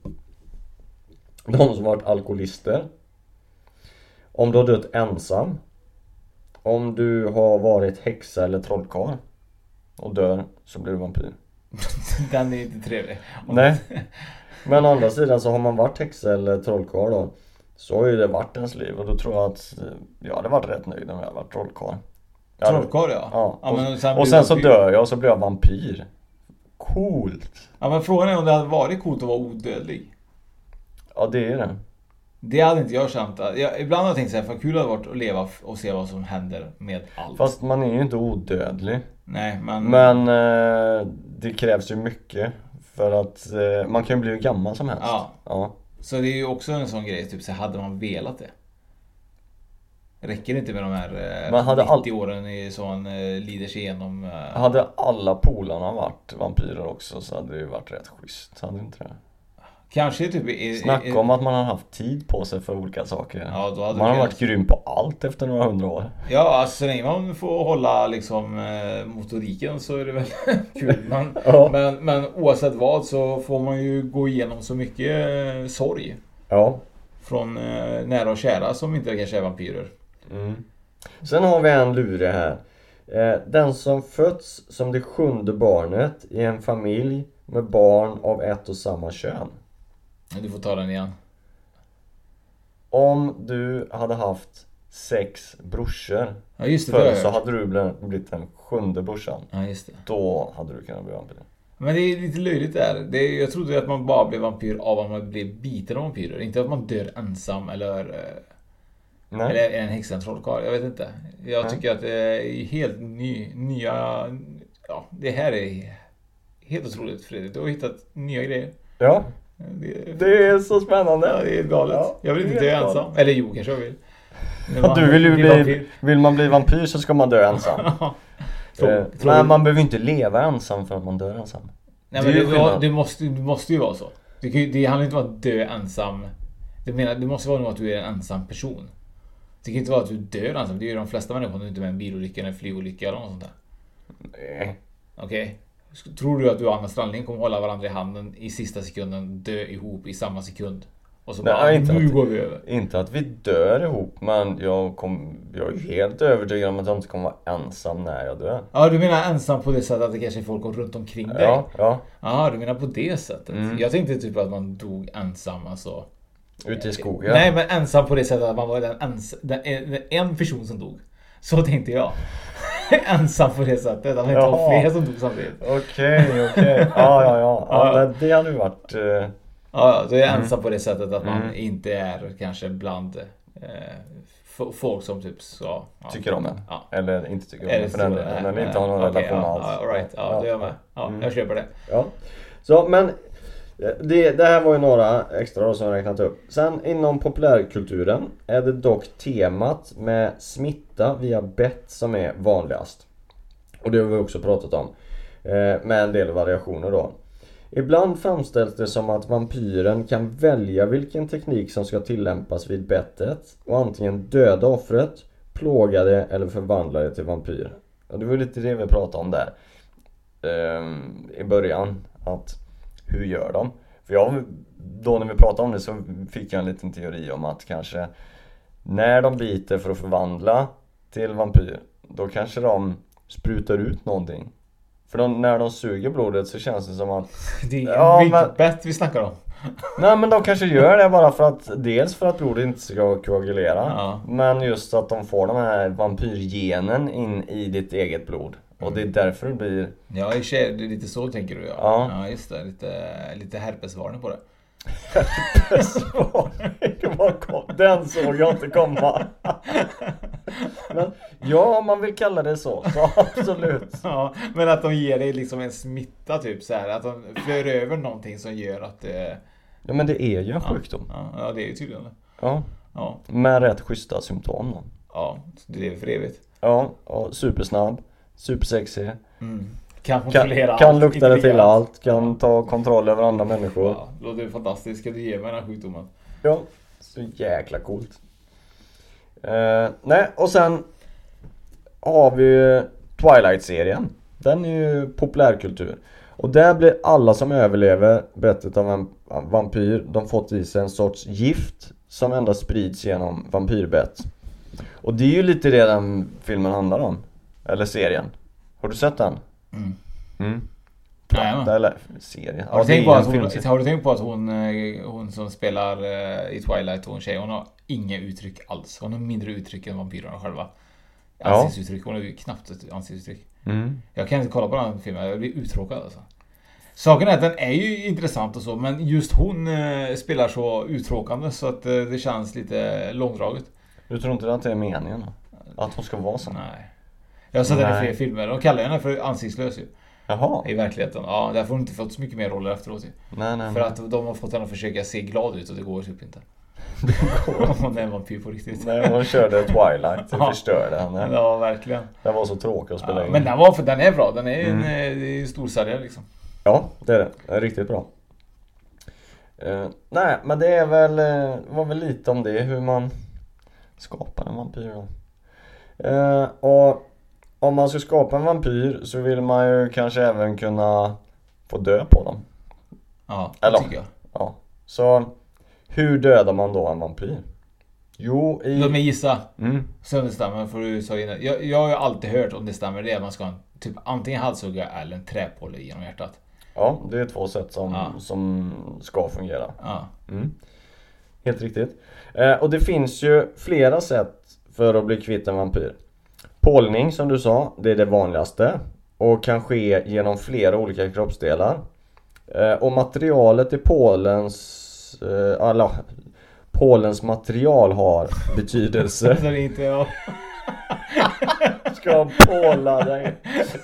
De som varit alkoholister. Om du har dött ensam. Om du har varit häxa eller trollkarl och dör, så blir du vampyr. Den är inte trevlig. Nej. Men å andra sidan så har man varit häxa eller trollkarl då, så har ju det varit ens liv. Och då tror jag att jag hade varit rätt nöjd om jag hade varit trollkarl. Trollkarl, ja. Ja. Och sen så dör jag och så blir jag vampyr. Coolt. Ja, men frågan är om det hade varit coolt att vara odödlig. Ja, det är det. Det hade inte jag känt. Ibland har jag tänkt så här, för kul hade varit att leva och se vad som händer med allt. Fast man är ju inte odödlig. Nej, men det krävs ju mycket. För att man kan ju bli hur gammal som helst. Ja. Så det är ju också en sån grej, typ så hade man velat det. Räcker det inte med de här 90 åren i sån lider sig igenom. Hade alla polarna varit vampyrer också, så hade det ju varit rätt schysst. Hade det inte det? Kanske typ snacka om att man har haft tid på sig för olika saker. Ja, då hade man har varit grym på allt efter några 100 år. Ja, alltså så länge man får hålla liksom motoriken så är det väl kul. Men oavsett vad så får man ju gå igenom så mycket sorg. Ja. Från nära och kära som inte kanske är vampyrer. Sen har vi en lurig här. Den som föds som det 7:e barnet i en familj med barn av ett och samma kön. Du får ta den igen. Om du hade haft 6 brorsor. Ja, just det. Förr så hade du blivit den 7:e brorsan. Ja, just det. Då hade du kunnat bli vampyr. Men det är lite löjligt där. Jag trodde att man bara blev vampyr av att man blev biten av vampyrer. Inte att man dör ensam eller en häxa, en trollkarl. Jag vet inte. Jag tycker att det är helt nya... Ja, det här är helt otroligt, Fredrik. Du har hittat nya grejer. Ja, det är så spännande. Ja, det är galet. Ja, jag vill inte dö ensam. Eller jo, kanske jag vill. Du vill man bli vampyr så ska man dö ensam. Men man behöver inte leva ensam för att man dör ensam. Nej, men det måste ju vara så. Det handlar inte om att dö ensam. Det måste vara nog att du är en ensam person. Det kan inte vara att du dör ensam. Det är ju de flesta människor som inte med en bilolycka eller en flygolycka eller något sånt där. Nej. Okej. Tror du att du och Anna Strandling kommer hålla varandra i handen i sista sekunden, dö ihop i samma sekund? Och så bara, nu går vi över. Inte att vi dör ihop, men jag är helt övertygad om att jag inte kommer vara ensam när jag dör. Ja, du menar ensam på det sättet att det kanske är folk runt omkring dig? Ja. Ja, du menar på det sättet. Jag tänkte typ att man dog ensam, alltså. Ute i skogen? Nej, men ensam på det sättet att man var en person som dog. Så tänkte jag. Ensam på det sättet. Att man inte var fler som dog samtidigt. Okej. Ja. Det hade ju varit... Ja, då är jag ensam på det sättet att man inte är kanske bland folk som typ ska... Ja. Tycker om en. Ja. Eller inte tycker om en. För den inte har någon relation alls. All right. Ja, det gör jag med. Ja, jag köper det. Ja. Så, men... Det här var ju några extra då som jag räknat upp. Sen inom populärkulturen är det dock temat med smitta via bett som är vanligast. Och det har vi också pratat om. Med en del variationer då. Ibland framställs det som att vampyren kan välja vilken teknik som ska tillämpas vid bettet och antingen döda offret, plåga det eller förvandla det till vampyr. Och det var lite det vi pratade om där i början, att hur gör de? För då när vi pratade om det så fick jag en liten teori om att kanske när de biter för att förvandla till vampyr, då kanske de sprutar ut någonting. För när de suger blodet så känns det som att... Det är bett vi snackar om. Nej, men de kanske gör det bara för att... Dels för att blodet inte ska koagulera. Ja. Men just att de får den här vampyrgenen in i ditt eget blod. Och det är därför det blir... Ja, det är lite så tänker du. Ja, just det. Lite herpesvarning på det. Herpesvarning? Den såg jag inte komma. Men ja, om man vill kalla det så absolut. Ja, men att de ger dig liksom en smitta typ så här, att de flör över någonting som gör att det... Ja, men det är ju en sjukdom. Ja, det är ju tydligen det. Ja. Med rätt schyssta symptom då. Ja, det är för evigt. Ja, och supersnabb, supersexig. Kan lukta det till allt. Kan ta kontroll över andra människor. Ja, det låter fantastiskt. Ska du ge mig den här sjukdomen? Ja, så jäkla coolt. Nej, och sen har vi Twilight-serien. Den är ju populärkultur. Och där blir alla som överlever bettet av en vampyr, de fått i sig en sorts gift som endast sprids genom vampyrbett. Och det är ju lite det den filmen handlar om. Eller serien. Har du sett den? Eller serien. Har du tänkt på att hon som spelar i Twilight, hon tjej, hon har inga uttryck alls. Hon har mindre uttryck än vampyrerna själva. Ansiktsuttryck, hon har ju knappt ett ansiktsuttryck. Jag kan inte kolla på den filmen, jag blir uttråkad alltså. Saken är att den är ju intressant och så, men just hon spelar så uttråkande så att det känns lite långdraget. Du tror inte att det är meningen? Att hon ska vara så? Nej. Jag har sett henne i fler filmer. De kallar henne för ansiktslös ju. Jaha. I verkligheten. Ja, därför har hon inte fått så mycket mer roller efteråt ju. Nej. För att de har fått henne att försöka se glad ut och det går typ inte. Hon är en vampyr på riktigt. Nej, hon körde Twilight. Det förstörde henne. Ja, verkligen. Den var så tråkig att spela in. Men den är bra. Den är en storsäljare liksom. Ja, det är det. Den är riktigt bra. Nej, men det är väl var väl lite om det, hur man skapar en vampyr då. Och om man ska skapa en vampyr så vill man ju kanske även kunna få dö på dem. Ja, det tycker jag. Ja. Så hur dödar man då en vampyr? Jo, låt mig gissa. Så det stämmer, för du sa innan. Jag har ju alltid hört om det stämmer, det är att man ska typ antingen halshugga eller en träpåle genom hjärtat. Ja, det är 2 sätt som ska fungera. Ja. Helt riktigt. Och det finns ju flera sätt för att bli kvitt en vampyr. Pålning, som du sa, det är det vanligaste och kan ske genom flera olika kroppsdelar. Och materialet i Pålens material har betydelse. Så det är inte jag. Ska påla dig.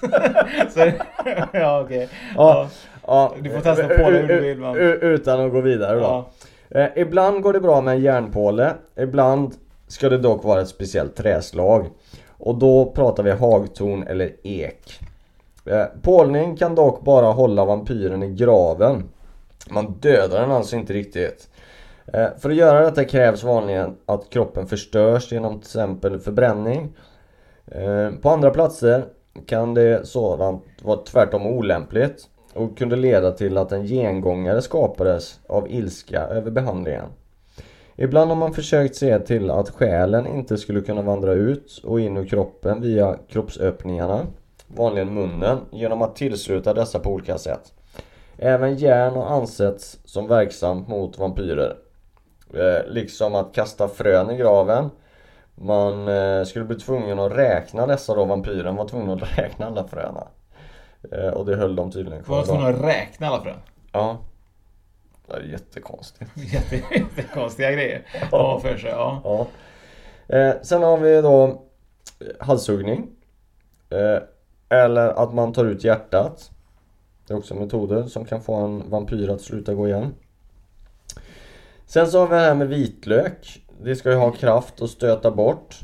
Ja, okej. Ja, du får testa påla hur du vill. Utan att gå vidare då. Ibland går det bra med en järnpåle. Ibland ska det dock vara ett speciellt träslag. Och då pratar vi hagtorn eller ek. Pålning kan dock bara hålla vampyren i graven. Man dödar den alltså inte riktigt. För att göra detta krävs vanligen att kroppen förstörs genom till exempel förbränning. På andra platser kan det sådant vara tvärtom olämpligt och kunde leda till att en gengångare skapades av ilska över behandlingen. Ibland har man försökt se till att själen inte skulle kunna vandra ut och in ur kroppen via kroppsöppningarna, vanligen munnen, genom att tillsluta dessa på olika sätt. Även järn har ansetts som verksamt mot vampyrer. Liksom att kasta frön i graven. Man skulle bli tvungen att räkna dessa då, vampyren var tvungen att räkna alla fröna. Och det höll de tydligen kvar. Var tvungen att räkna alla frön? Ja. Det är jättekonstigt. Jättekonstiga grejer. Ja, för sig, ja. Sen har vi då halshuggning. Eller att man tar ut hjärtat. Det är också metoder som kan få en vampyr att sluta gå igen. Sen så har vi det här med vitlök. Det ska ju ha kraft att stöta bort.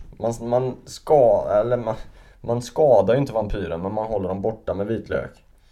Man skadar ju inte vampyren, men man håller dem borta med vitlök.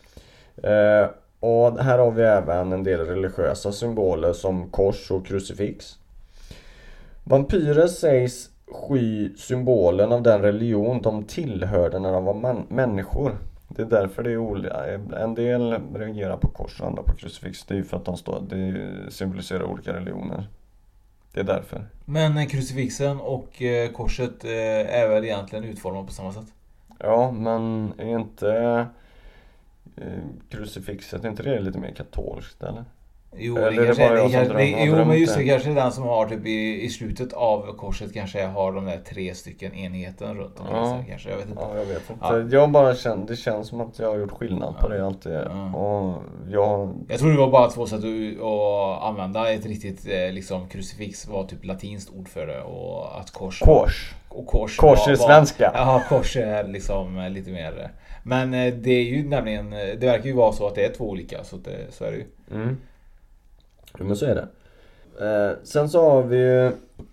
Och här har vi även en del religiösa symboler som kors och krucifix. Vampyrer sägs sky symbolen av den religion de tillhörde när de var människor. Det är därför det är olika. En del reagerar på kors och andra på krucifix. Det är ju för att det symboliserar olika religioner. Det är därför. Men krucifixen och korset är väl egentligen utformade på samma sätt? Ja, men är inte krucifixet, är inte det lite mer katolskt eller? Jo, eller det kanske är men just det kanske är den som har typ i slutet av korset kanske har de där 3 stycken enheten runt om. Ja. Kanske, jag vet inte. Ja, jag vet inte. Jag bara det känns som att jag har gjort skillnad på det alltid. Och jag tror det var bara 2 sätt att använda ett riktigt liksom krucifix var typ latinskt ord för det och att kors är svenska. Ja, kors är liksom lite mer. Men det är ju nämligen, det verkar ju vara så att det är 2 olika, så är det ju. Mm. Men så är det. Sen så har vi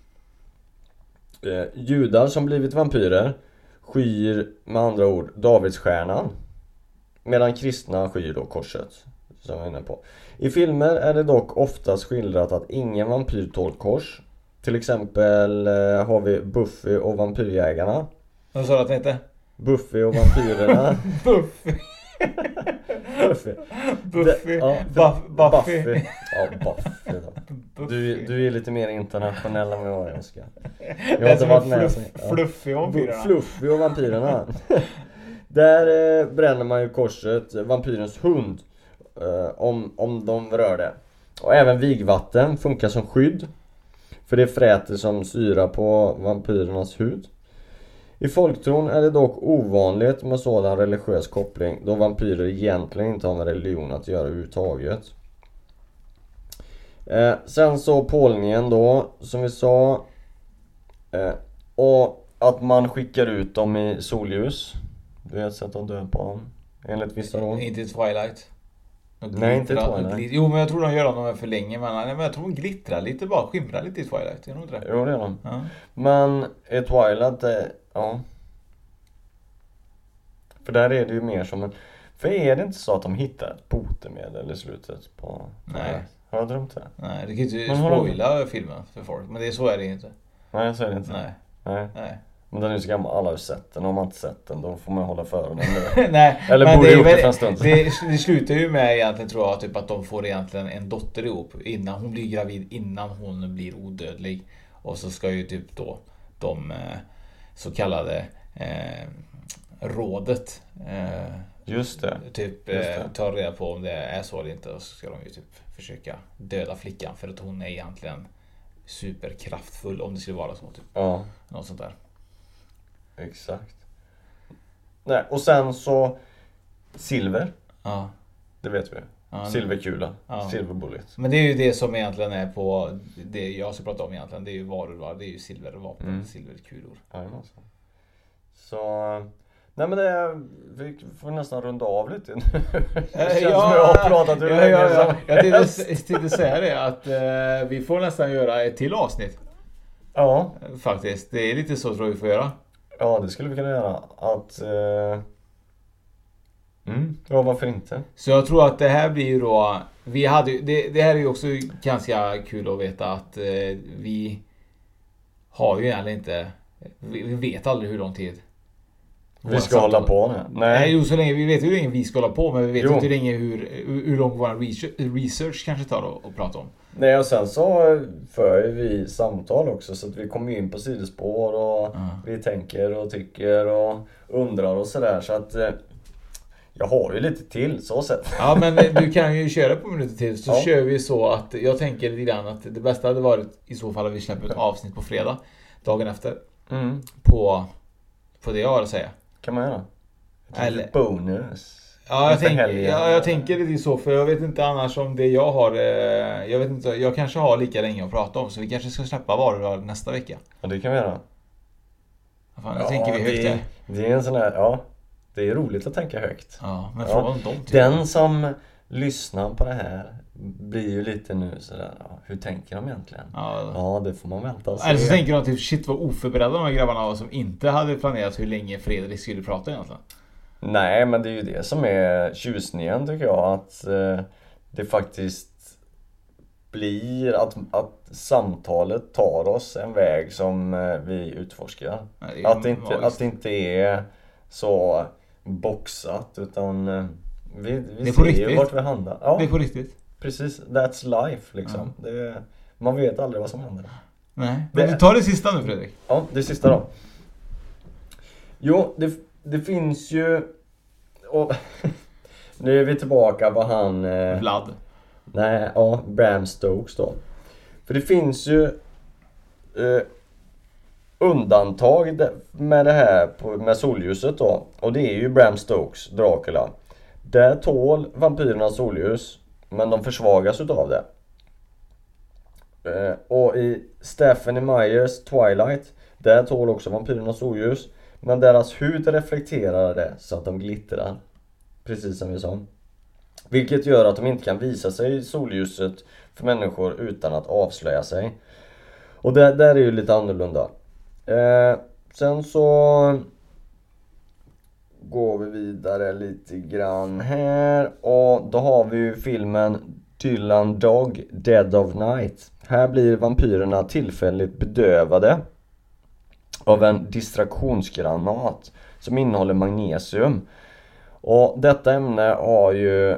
judar som blivit vampyrer skyr med andra ord Davidsstjärnan, medan kristna skyr då korset, som jag är inne på. I filmer är det dock oftast skildrat att ingen vampyr tål kors. Till exempel har vi Buffy och vampyrjägarna. Vad sa du att det heter? Buffy och vampyrerna. Buffy. Buffy. Ja, Buffy. Ja, Buffy då. Du är lite mer internationell än vad jag önskar. Jag har inte varit med. Fluffy och vampyrerna. Fluffy och vampyrerna. Där bränner man ju korset, vampyrens hund, om de rör det. Och även vigvatten funkar som skydd, för det fräter som syra på vampyrernas hud. I folktron är det dock ovanligt med sådan religiös koppling, då vampyrer egentligen inte har med religion att göra överhuvudtaget. Sen så pålningen då, som vi sa. Och att man skickar ut dem i solljus. Du vet, så att de dör på dem. Enligt vissa då. Inte Twilight. Nej, inte Twilight. Jo, men jag tror de gör dem för länge. Men jag tror de glittrar lite, bara skimrar lite i Twilight. Jag tror inte det. Jo, det är de. Ja. Men i Twilight, ja. För där är det ju mer som en... För är det inte så att de hittar ett botemedel i slutet på... Nej. Har jag drömt det? Nej, det kan ju inte spoila filmen för folk. Men så är det inte. Nej, så är det inte. Nej. Men den är ju så gammal, alla har sett den. Om man inte sett den, då får man hålla för den. Nej, eller men borde gjort det för en stund. Det slutar ju med egentligen, tror jag, typ att de får egentligen en dotter ihop innan hon blir gravid, innan hon blir odödlig. Och så ska ju typ då de så kallade rådet just det. ta reda på om det är så eller inte. Och så ska de ju typ försöka döda flickan, för att hon är egentligen superkraftfull, om det skulle vara så typ. Ja. Något sånt där. Exakt. Nej, och sen så silver. Ja. Det vet vi. Ja, silverkula. Ja. Silverbullet. Men det är ju det som egentligen är på det jag ska prata om egentligen. Det är ju varor, det är ju silvervapen, silverkulor. Jajamensan. Så nej, men vi får nästan runda av lite nu. Det känns som jag har pratat hur länge som jag tänkte säga det att vi får nästan göra ett till avsnitt. Ja. Faktiskt. Det är lite så tror jag vi får göra. Ja, det skulle vi kunna göra. Att ja, varför inte? Så jag tror att det här blir ju då vi hade det här är ju också ganska kul att veta att vi har ju egentligen inte vi vet aldrig hur lång tid vi ska hålla på nu. Nej, så länge vi vet hur länge vi ska hålla på, men vi vet inte hur länge hur lång vår research kanske tar att prata om. Nej, och sen så för vi samtal också, så att vi kommer in på sidospår och vi tänker och tycker och undrar och sådär, så att jag har ju lite till så sett. Ja, men du kan ju köra på minuter till, så kör vi så att jag tänker lite grann att det bästa hade varit i så fall att vi släpper ett avsnitt på fredag, dagen efter, på det jag har att säga. Kan man göra? Eller bonus. Ja, jag tänker lite så, för jag vet inte annars om det jag har, jag vet inte, jag kanske har lika länge att prata om, så vi kanske ska släppa varor nästa vecka. Ja, det kan vi göra. Fan, nu tänker vi högt. Det är en sån här, det är roligt att tänka högt. Ja, men från dem den som lyssnar på det här blir ju lite nu sådär, hur tänker de egentligen? Ja, det får man vänta och se. Eller så tänker de typ, shit vad oförberedda de här grabbarna var som inte hade planerat hur länge Fredrik skulle prata egentligen. Nej, men det är ju det som är tjusningen, tycker jag, att det faktiskt blir att samtalet tar oss en väg som vi utforskar. Nej, att det inte är så boxat, utan vi ser ju vart vi handlar. Ja, det är på riktigt. Precis, that's life liksom. Man vet aldrig vad som händer. Nej, men du tar det sista nu, Fredrik. Ja, det sista då. Jo, det finns ju, och nu är vi tillbaka på han Vlad. Nej, Bram Stokes då. För det finns ju undantag med det här med solljuset då. Och det är ju Bram Stokes Dracula. Där tål vampyrerna solljus, men de försvagas utav det. Och i Stephenie Meyers Twilight, där tål också vampyrerna solljus, men deras hud reflekterar det så att de glittrar. Precis som vi sa. Vilket gör att de inte kan visa sig i solljuset för människor utan att avslöja sig. Och där är ju lite annorlunda. Sen så går vi vidare lite grann här. Och då har vi ju filmen Dylan Dog, Dead of Night. Här blir vampyrerna tillfälligt bedövade av en distraktionsgranat som innehåller magnesium. Och detta ämne har ju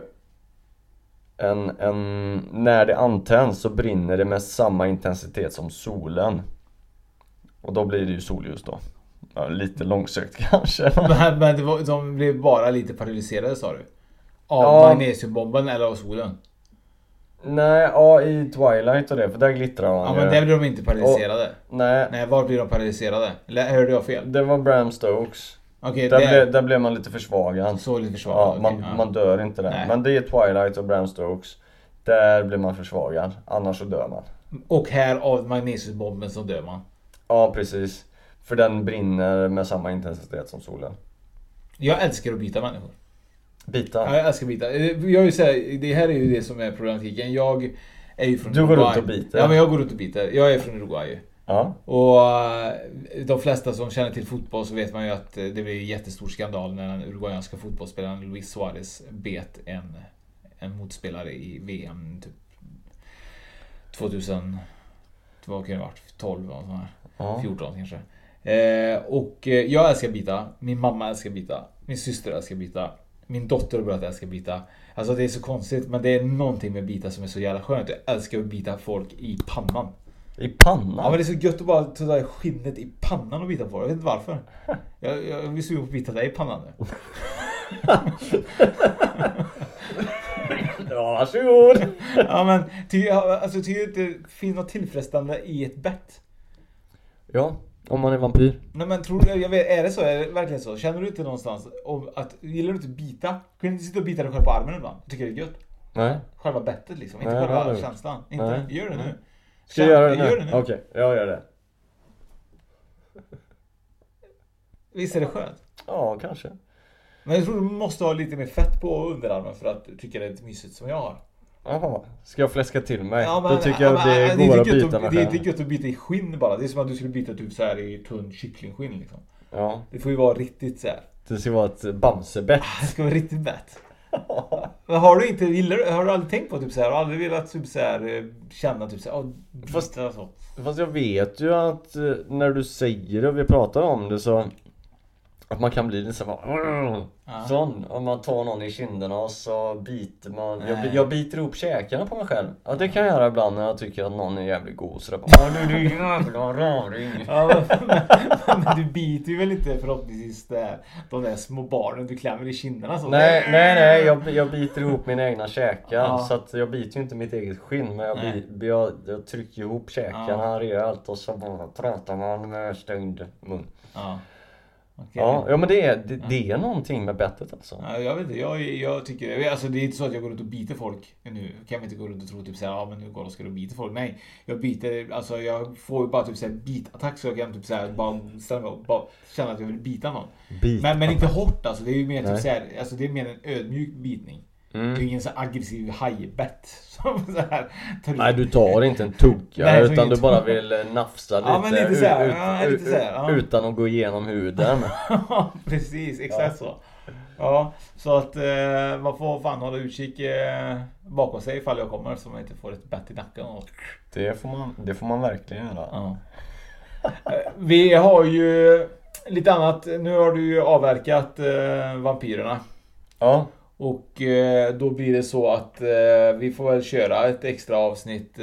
när det antänds så brinner det med samma intensitet som solen. Och då blir det ju solljus då. Ja, lite långsökt kanske. Men de blev bara lite paralyserade, sa du? Av magnesiumbomben eller av solen? Nej, i Twilight och det, för där glittrar man. Ja, men där blir de inte paralyserade. Nej, var blir de paralyserade? Hörde jag fel? Det var Bram Stokes. Okay, där blev man lite försvagad. Så lite försvagad. Man dör inte där. Nej. Men det är Twilight och Bram Stokes. Där blir man försvagad. Annars så dör man. Och här av magnesiumbomben så dör man. Ja, precis. För den brinner med samma intensitet som solen. Jag älskar att byta människor. Bita? Ja, jag älskar att byta. Jag vill säga, det här är ju det som är problematiken. Jag är ju från Uruguay. Du går runt och biter? Ja, men jag går runt och biter. Jag är från Uruguay. Ja. Och de flesta som känner till fotboll så vet man ju att det blev en jättestor skandal när den uruguayanska fotbollsspelaren Luis Suarez bet en motspelare i VM typ 2000, vad kan det ha varit? 12 eller sån här. 14 kanske. Och jag älskar bita. Min mamma älskar bita. Min syster älskar bita. Min dotter och bröder älskar bita. Alltså det är så konstigt, men det är någonting med bita som är så jävla skönt. Jag älskar att bita folk i pannan. I pannan? Ja, men det är så gött att bara ta där skinnet i pannan och bita på det. Jag vet inte varför. Jag vill suga på att bita dig i pannan nu. Ja, varsågod. Ja, men tycker det finns något tillfredsställande i ett bett. Ja. Om man är vampyr. Nej, men tror du, jag vet, är det så? Är det verkligen så? Känner du inte någonstans att, gillar du inte bita? Kan du inte sitta och bita dig själv på armen ibland? Tycker det är gött? Nej. Själva bettet liksom, inte Nej, själva känslan. Inte. Nej. Gör det nu. Ska jag göra det nu? Gör det nu. Okej, jag gör det. Visst är det skönt? Ja, kanske. Men jag tror du måste ha lite mer fett på underarmen för att tycka det är lite mysigt som jag har. Jaha, ska jag fläska till mig? Ja, men, då tycker jag det går att byta med Det är själv. inte gött att byta i skinn bara. Det är som att du skulle byta typ så här i tunn kycklingskinn liksom. Ja, Det får ju vara riktigt så här. det ska vara ett bamsebett. Det ska vara riktigt bett. Men har du aldrig tänkt på typ så här, har du aldrig velat typ så här känna typ så här, Fast- så. Fast jag vet ju att när du säger det och vi pratar om det så att man kan bli lite så här, sån, om man tar någon i kinderna och så biter man. Jag biter ihop käkarna på mig själv. Ja, det kan jag göra ibland när jag tycker att någon är jävligt god. Så det bara, du jävla raring. Ja, men du biter ju väl inte förhoppningsvis de där små barnen du klämmer i kinderna så. Nej, jag biter ihop mina egna käkar. Ja. Så att jag biter ju inte mitt eget skinn. Men jag trycker ihop käkarna rejält och så bara pratar man med stängd mun. Ja. Okay. Ja, men det är någonting med bettet alltså. Ja, jag vet inte, jag tycker alltså det är inte så att jag går runt och biter folk nu. Kan vi inte gå runt och tro typ såhär, ja men nu går och bita folk. Nej, jag biter, alltså jag får ju bara typ såhär bitattack så jag kan typ såhär bara ställa mig och bara känna att jag vill bita någon. Men inte hårt alltså, det är ju mer typ såhär, alltså det är mer en ödmjuk bitning. Det är ingen så aggressiv hajbett som så här. Nej, du tar inte en tugga utan du bara vill nafsa lite, men lite så här, lite så här, utan att gå igenom huden. Precis, exakt så. Ja, så att man får fan hålla utkik bakom sig ifall jag kommer så man inte får ett bett i nacken. Det får man verkligen göra. Ja. Vi har ju lite annat. Nu har du ju avverkat vampyrerna. Ja. Och då blir det så att vi får väl köra ett extra avsnitt.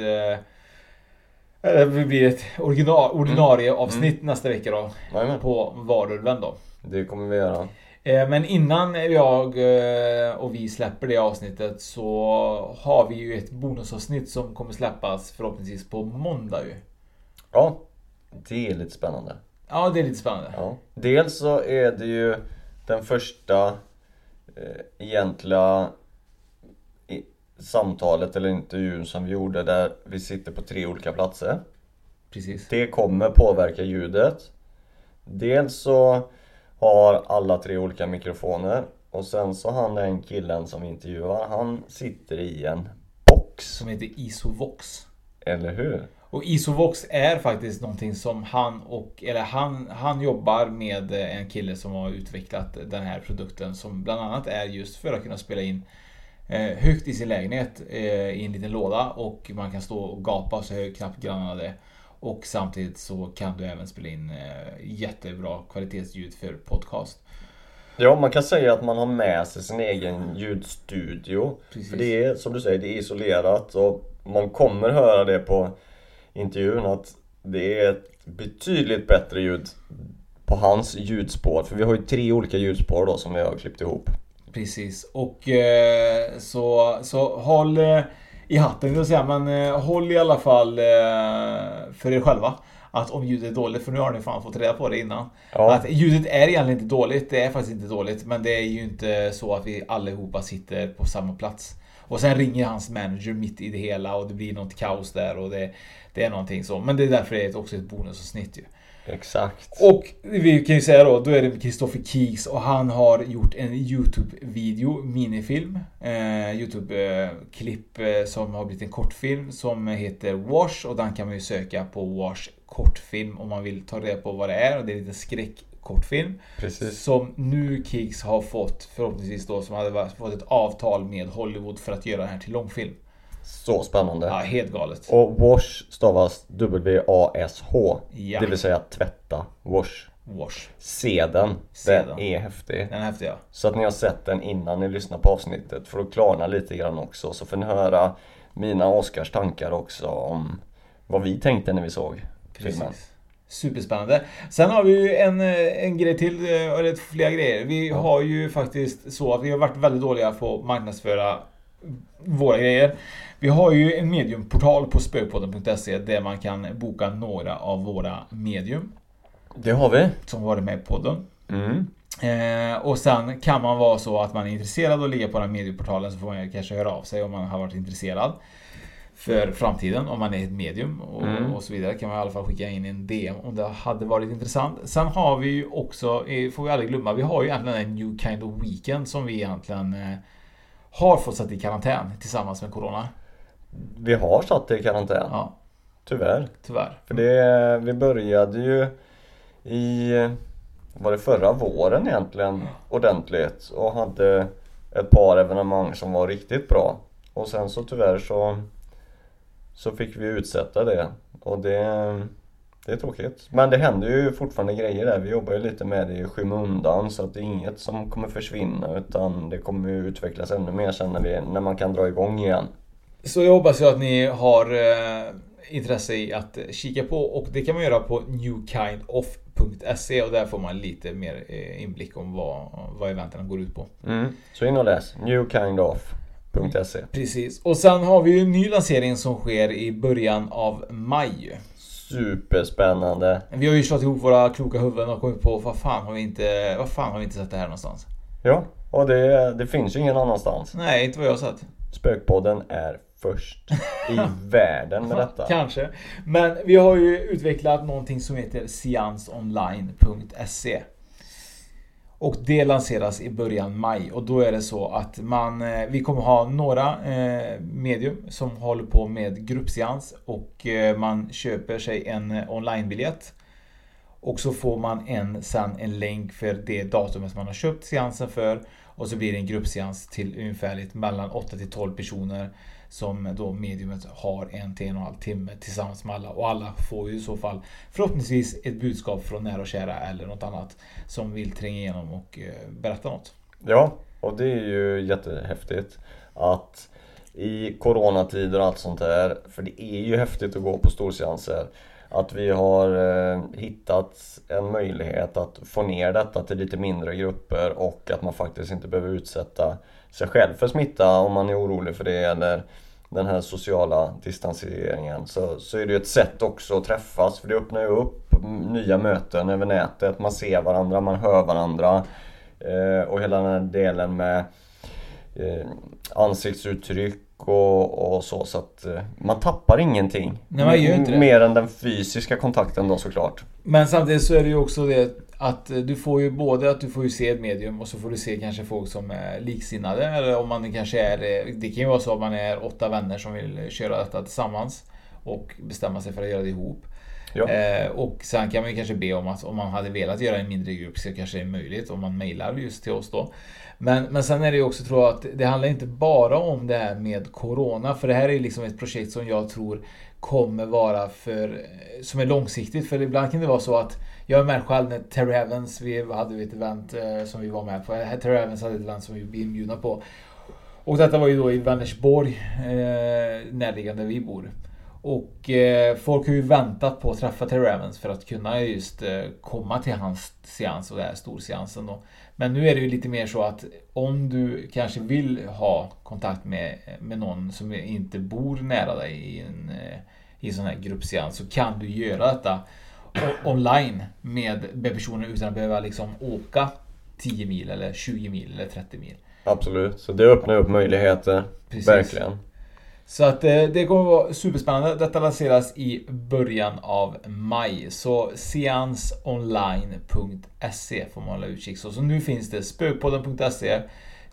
Det blir ett ordinarie avsnitt nästa vecka då. På Varulven då. Det kommer vi göra. Men innan jag och vi släpper det avsnittet så har vi ju ett bonusavsnitt som kommer släppas förhoppningsvis på måndag ju. Ja, det är lite spännande. Ja, det är lite spännande. Ja. Dels så är det ju den första egentliga samtalet eller intervjun som vi gjorde där vi sitter på 3 olika platser. Precis. Det kommer påverka ljudet. Dels så har alla 3 olika mikrofoner och sen så den killen som intervjuar, han sitter i en box som heter Isovox. Eller hur? Och Isovox är faktiskt någonting som han jobbar med en kille som har utvecklat den här produkten som bland annat är just för att kunna spela in högt i sin lägenhet i en liten låda och man kan stå och gapa så högt knappt grannarna det. Och samtidigt så kan du även spela in jättebra kvalitetsljud för podcast. Ja, man kan säga att man har med sig sin egen ljudstudio. Precis. För det är, som du säger, det är isolerat och man kommer höra det på intervjun att det är ett betydligt bättre ljud på hans ljudspår. För vi har ju 3 olika ljudspår då som vi har klippt ihop. Precis, och så håll i hatten vill säga, men håll i alla fall för er själva att om ljudet är dåligt, för nu har ni fan fått reda på det innan. Ja. Att ljudet är egentligen inte dåligt, det är faktiskt inte dåligt, men det är ju inte så att vi allihopa sitter på samma plats. Och sen ringer hans manager mitt i det hela och det blir något kaos där och det är någonting så. Men det är därför det är också ett bonusavsnitt ju. Exakt. Och vi kan ju säga då är det Kristoffer Keeks och han har gjort en YouTube-video, minifilm, YouTube-klipp som har blivit en kortfilm som heter Wash och den kan man ju söka på Wash kortfilm om man vill ta reda på vad det är och det är en liten skräckkortfilm. Precis. Som nu Keeks har fått förhoppningsvis då som hade fått ett avtal med Hollywood för att göra den här till långfilm. Så spännande. Ja, helt galet. Och wash stavas W-A-S-H. Ja. Det vill säga tvätta. Wash. Se den. Den är häftig. Den är häftig, ja. Så att ni har sett den innan ni lyssnar på avsnittet. För att klarna lite grann också. Så får ni höra mina Oscars tankar också om vad vi tänkte när vi såg filmen. Precis. Superspännande. Sen har vi ju en grej till, eller flera grejer. Vi har ju faktiskt så att vi har varit väldigt dåliga på att marknadsföra våra grejer. Vi har ju en mediumportal på spökpodden.se där man kan boka några av våra medium. Det har vi. Som varit med i podden. Och sen kan man vara så att man är intresserad och ligga på den medieportalen, så får man kanske höra av sig om man har varit intresserad för framtiden, om man är ett medium och så vidare, kan man i alla fall skicka in en DM om det hade varit intressant. Sen har vi ju också, får vi aldrig glömma, vi har ju egentligen en New Kind of Weekend som vi egentligen har fått satt i karantän tillsammans med corona. Vi har satt det i karantän. Ja. Tyvärr. För vi började ju var det förra våren egentligen ordentligt och hade ett par evenemang som var riktigt bra. Och sen så tyvärr så fick vi utsätta det. Och det är tråkigt. Men det händer ju fortfarande grejer där. Vi jobbar ju lite med det i skymundan, så att det är inget som kommer försvinna, utan det kommer ju utvecklas ännu mer sen när man kan dra igång igen. Så jag hoppas ju att ni har intresse i att kika på, och det kan man göra på newkindoff.se, och där får man lite mer inblick om vad eventen går ut på. Så in och läs newkindoff.se. Precis. Och sen har vi ju en ny lansering som sker i början av maj. Superspännande. Vi har ju slått ihop våra kloka huvuden och kommit på vad fan har vi inte sett det här någonstans. Ja, och det finns ju ingen annanstans. Nej, inte vad jag har sett. Spökpodden är först i världen med detta. Kanske. Men vi har ju utvecklat någonting som heter seansonline.se. Och det lanseras i början maj. Och då är det så att vi kommer ha några medium som håller på med gruppseans. Och man köper sig en onlinebiljett. Och så får man sen en länk för det datumet man har köpt seansen för. Och så blir det en gruppseans till ungefär mellan 8 till 12 personer. Som då mediumet har 1 till 1,5 timme tillsammans med alla. Och alla får ju i så fall förhoppningsvis ett budskap från nära och kära eller något annat som vill tränga igenom och berätta något. Ja, och det är ju jättehäftigt att i coronatider och allt sånt där, för det är ju häftigt att gå på storseanser, att vi har hittat en möjlighet att få ner detta till lite mindre grupper, och att man faktiskt inte behöver utsätta sig själv för smitta om man är orolig för det, eller den här sociala distanseringen, så är det ju ett sätt också att träffas, för det öppnar ju upp nya möten över nätet, man ser varandra, man hör varandra, och hela den här delen med ansiktsuttryck och så att man tappar ingenting. Nej, man gör inte det. Mer än den fysiska kontakten då, såklart. Men samtidigt så är det ju också det att du får ju både att du får ju se ett medium, och så får du se kanske folk som är liksinnade, eller om man kanske det kan ju vara så att man är 8 vänner som vill köra detta tillsammans och bestämma sig för att göra det ihop. Ja. Och sen kan man ju kanske be om att om man hade velat göra en mindre grupp, så kanske det är möjligt om man mejlar just till oss då. Men sen är det ju också, tror jag, att det handlar inte bara om det här med corona, för det här är liksom ett projekt som jag tror kommer vara som är långsiktigt, för ibland kan det vara så att jag är med själv när Terry Evans, vi hade ett event som vi var med på. Terry Evans hade ett event som vi blev inbjudna på. Och detta var ju då i Vänersborg, närliggande vi bor. Och folk har ju väntat på att träffa Terry Evans för att kunna just komma till hans seans, och det här storseansen då. Men nu är det ju lite mer så att om du kanske vill ha kontakt med någon som inte bor nära dig i en sån här gruppseans, så kan du göra detta online med personer utan att behöva liksom åka 10 mil eller 20 mil eller 30 mil. Absolut, så det öppnar upp möjligheter. Precis. Verkligen. Så att det kommer vara superspännande. Detta lanseras i början av maj. Så seansonline.se får man hålla utkik. Så nu finns det spökpodden.se,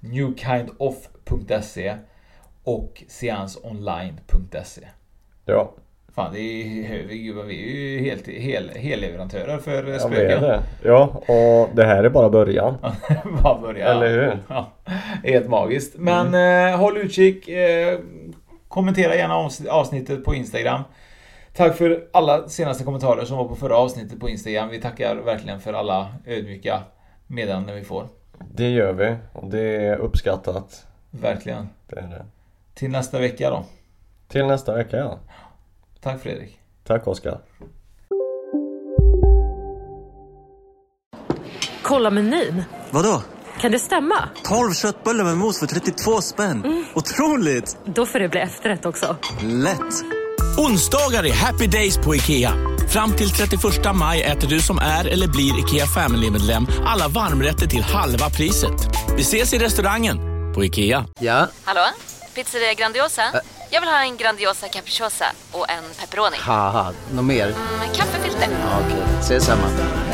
newkindoff.se och seansonline.se. Ja. Fan, vi är ju helleverantörer för spöken. Ja, det är det. Ja, och det här är bara början. Bara början. Eller hur? Ja, helt magiskt. Men håll utkik. Kommentera gärna avsnittet på Instagram. Tack för alla senaste kommentarer som var på förra avsnittet på Instagram. Vi tackar verkligen för alla ödmjuka meddelanden vi får. Det gör vi, och det är uppskattat. Verkligen. Det är det. Till nästa vecka då. Till nästa vecka, ja. Tack Fredrik. Tack Oskar. Kolla menyn. Vadå? Kan det stämma? 12 köttbullar med mos för 32 spänn. Otroligt! Då får det bli efterrätt också. Lätt! Onsdagar är happy days på IKEA. Fram till 31 maj äter du som är eller blir IKEA Family-medlem alla varmrätter till halva priset. Vi ses i restaurangen på IKEA. Ja? Hallå? Pizzeria Grandiosa? Jag vill ha en Grandiosa capriciosa och en pepperoni. Haha, något mer? Kaffefilter. Ja, okej, ses samma.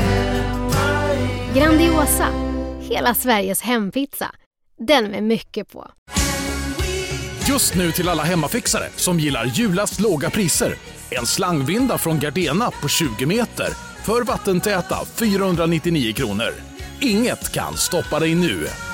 Grandiosa, hela Sveriges hempizza. Den med mycket på. Just nu till alla hemmafixare som gillar julast låga priser. En slangvinda från Gardena på 20 meter för vattentäta 499 kronor. Inget kan stoppa dig nu.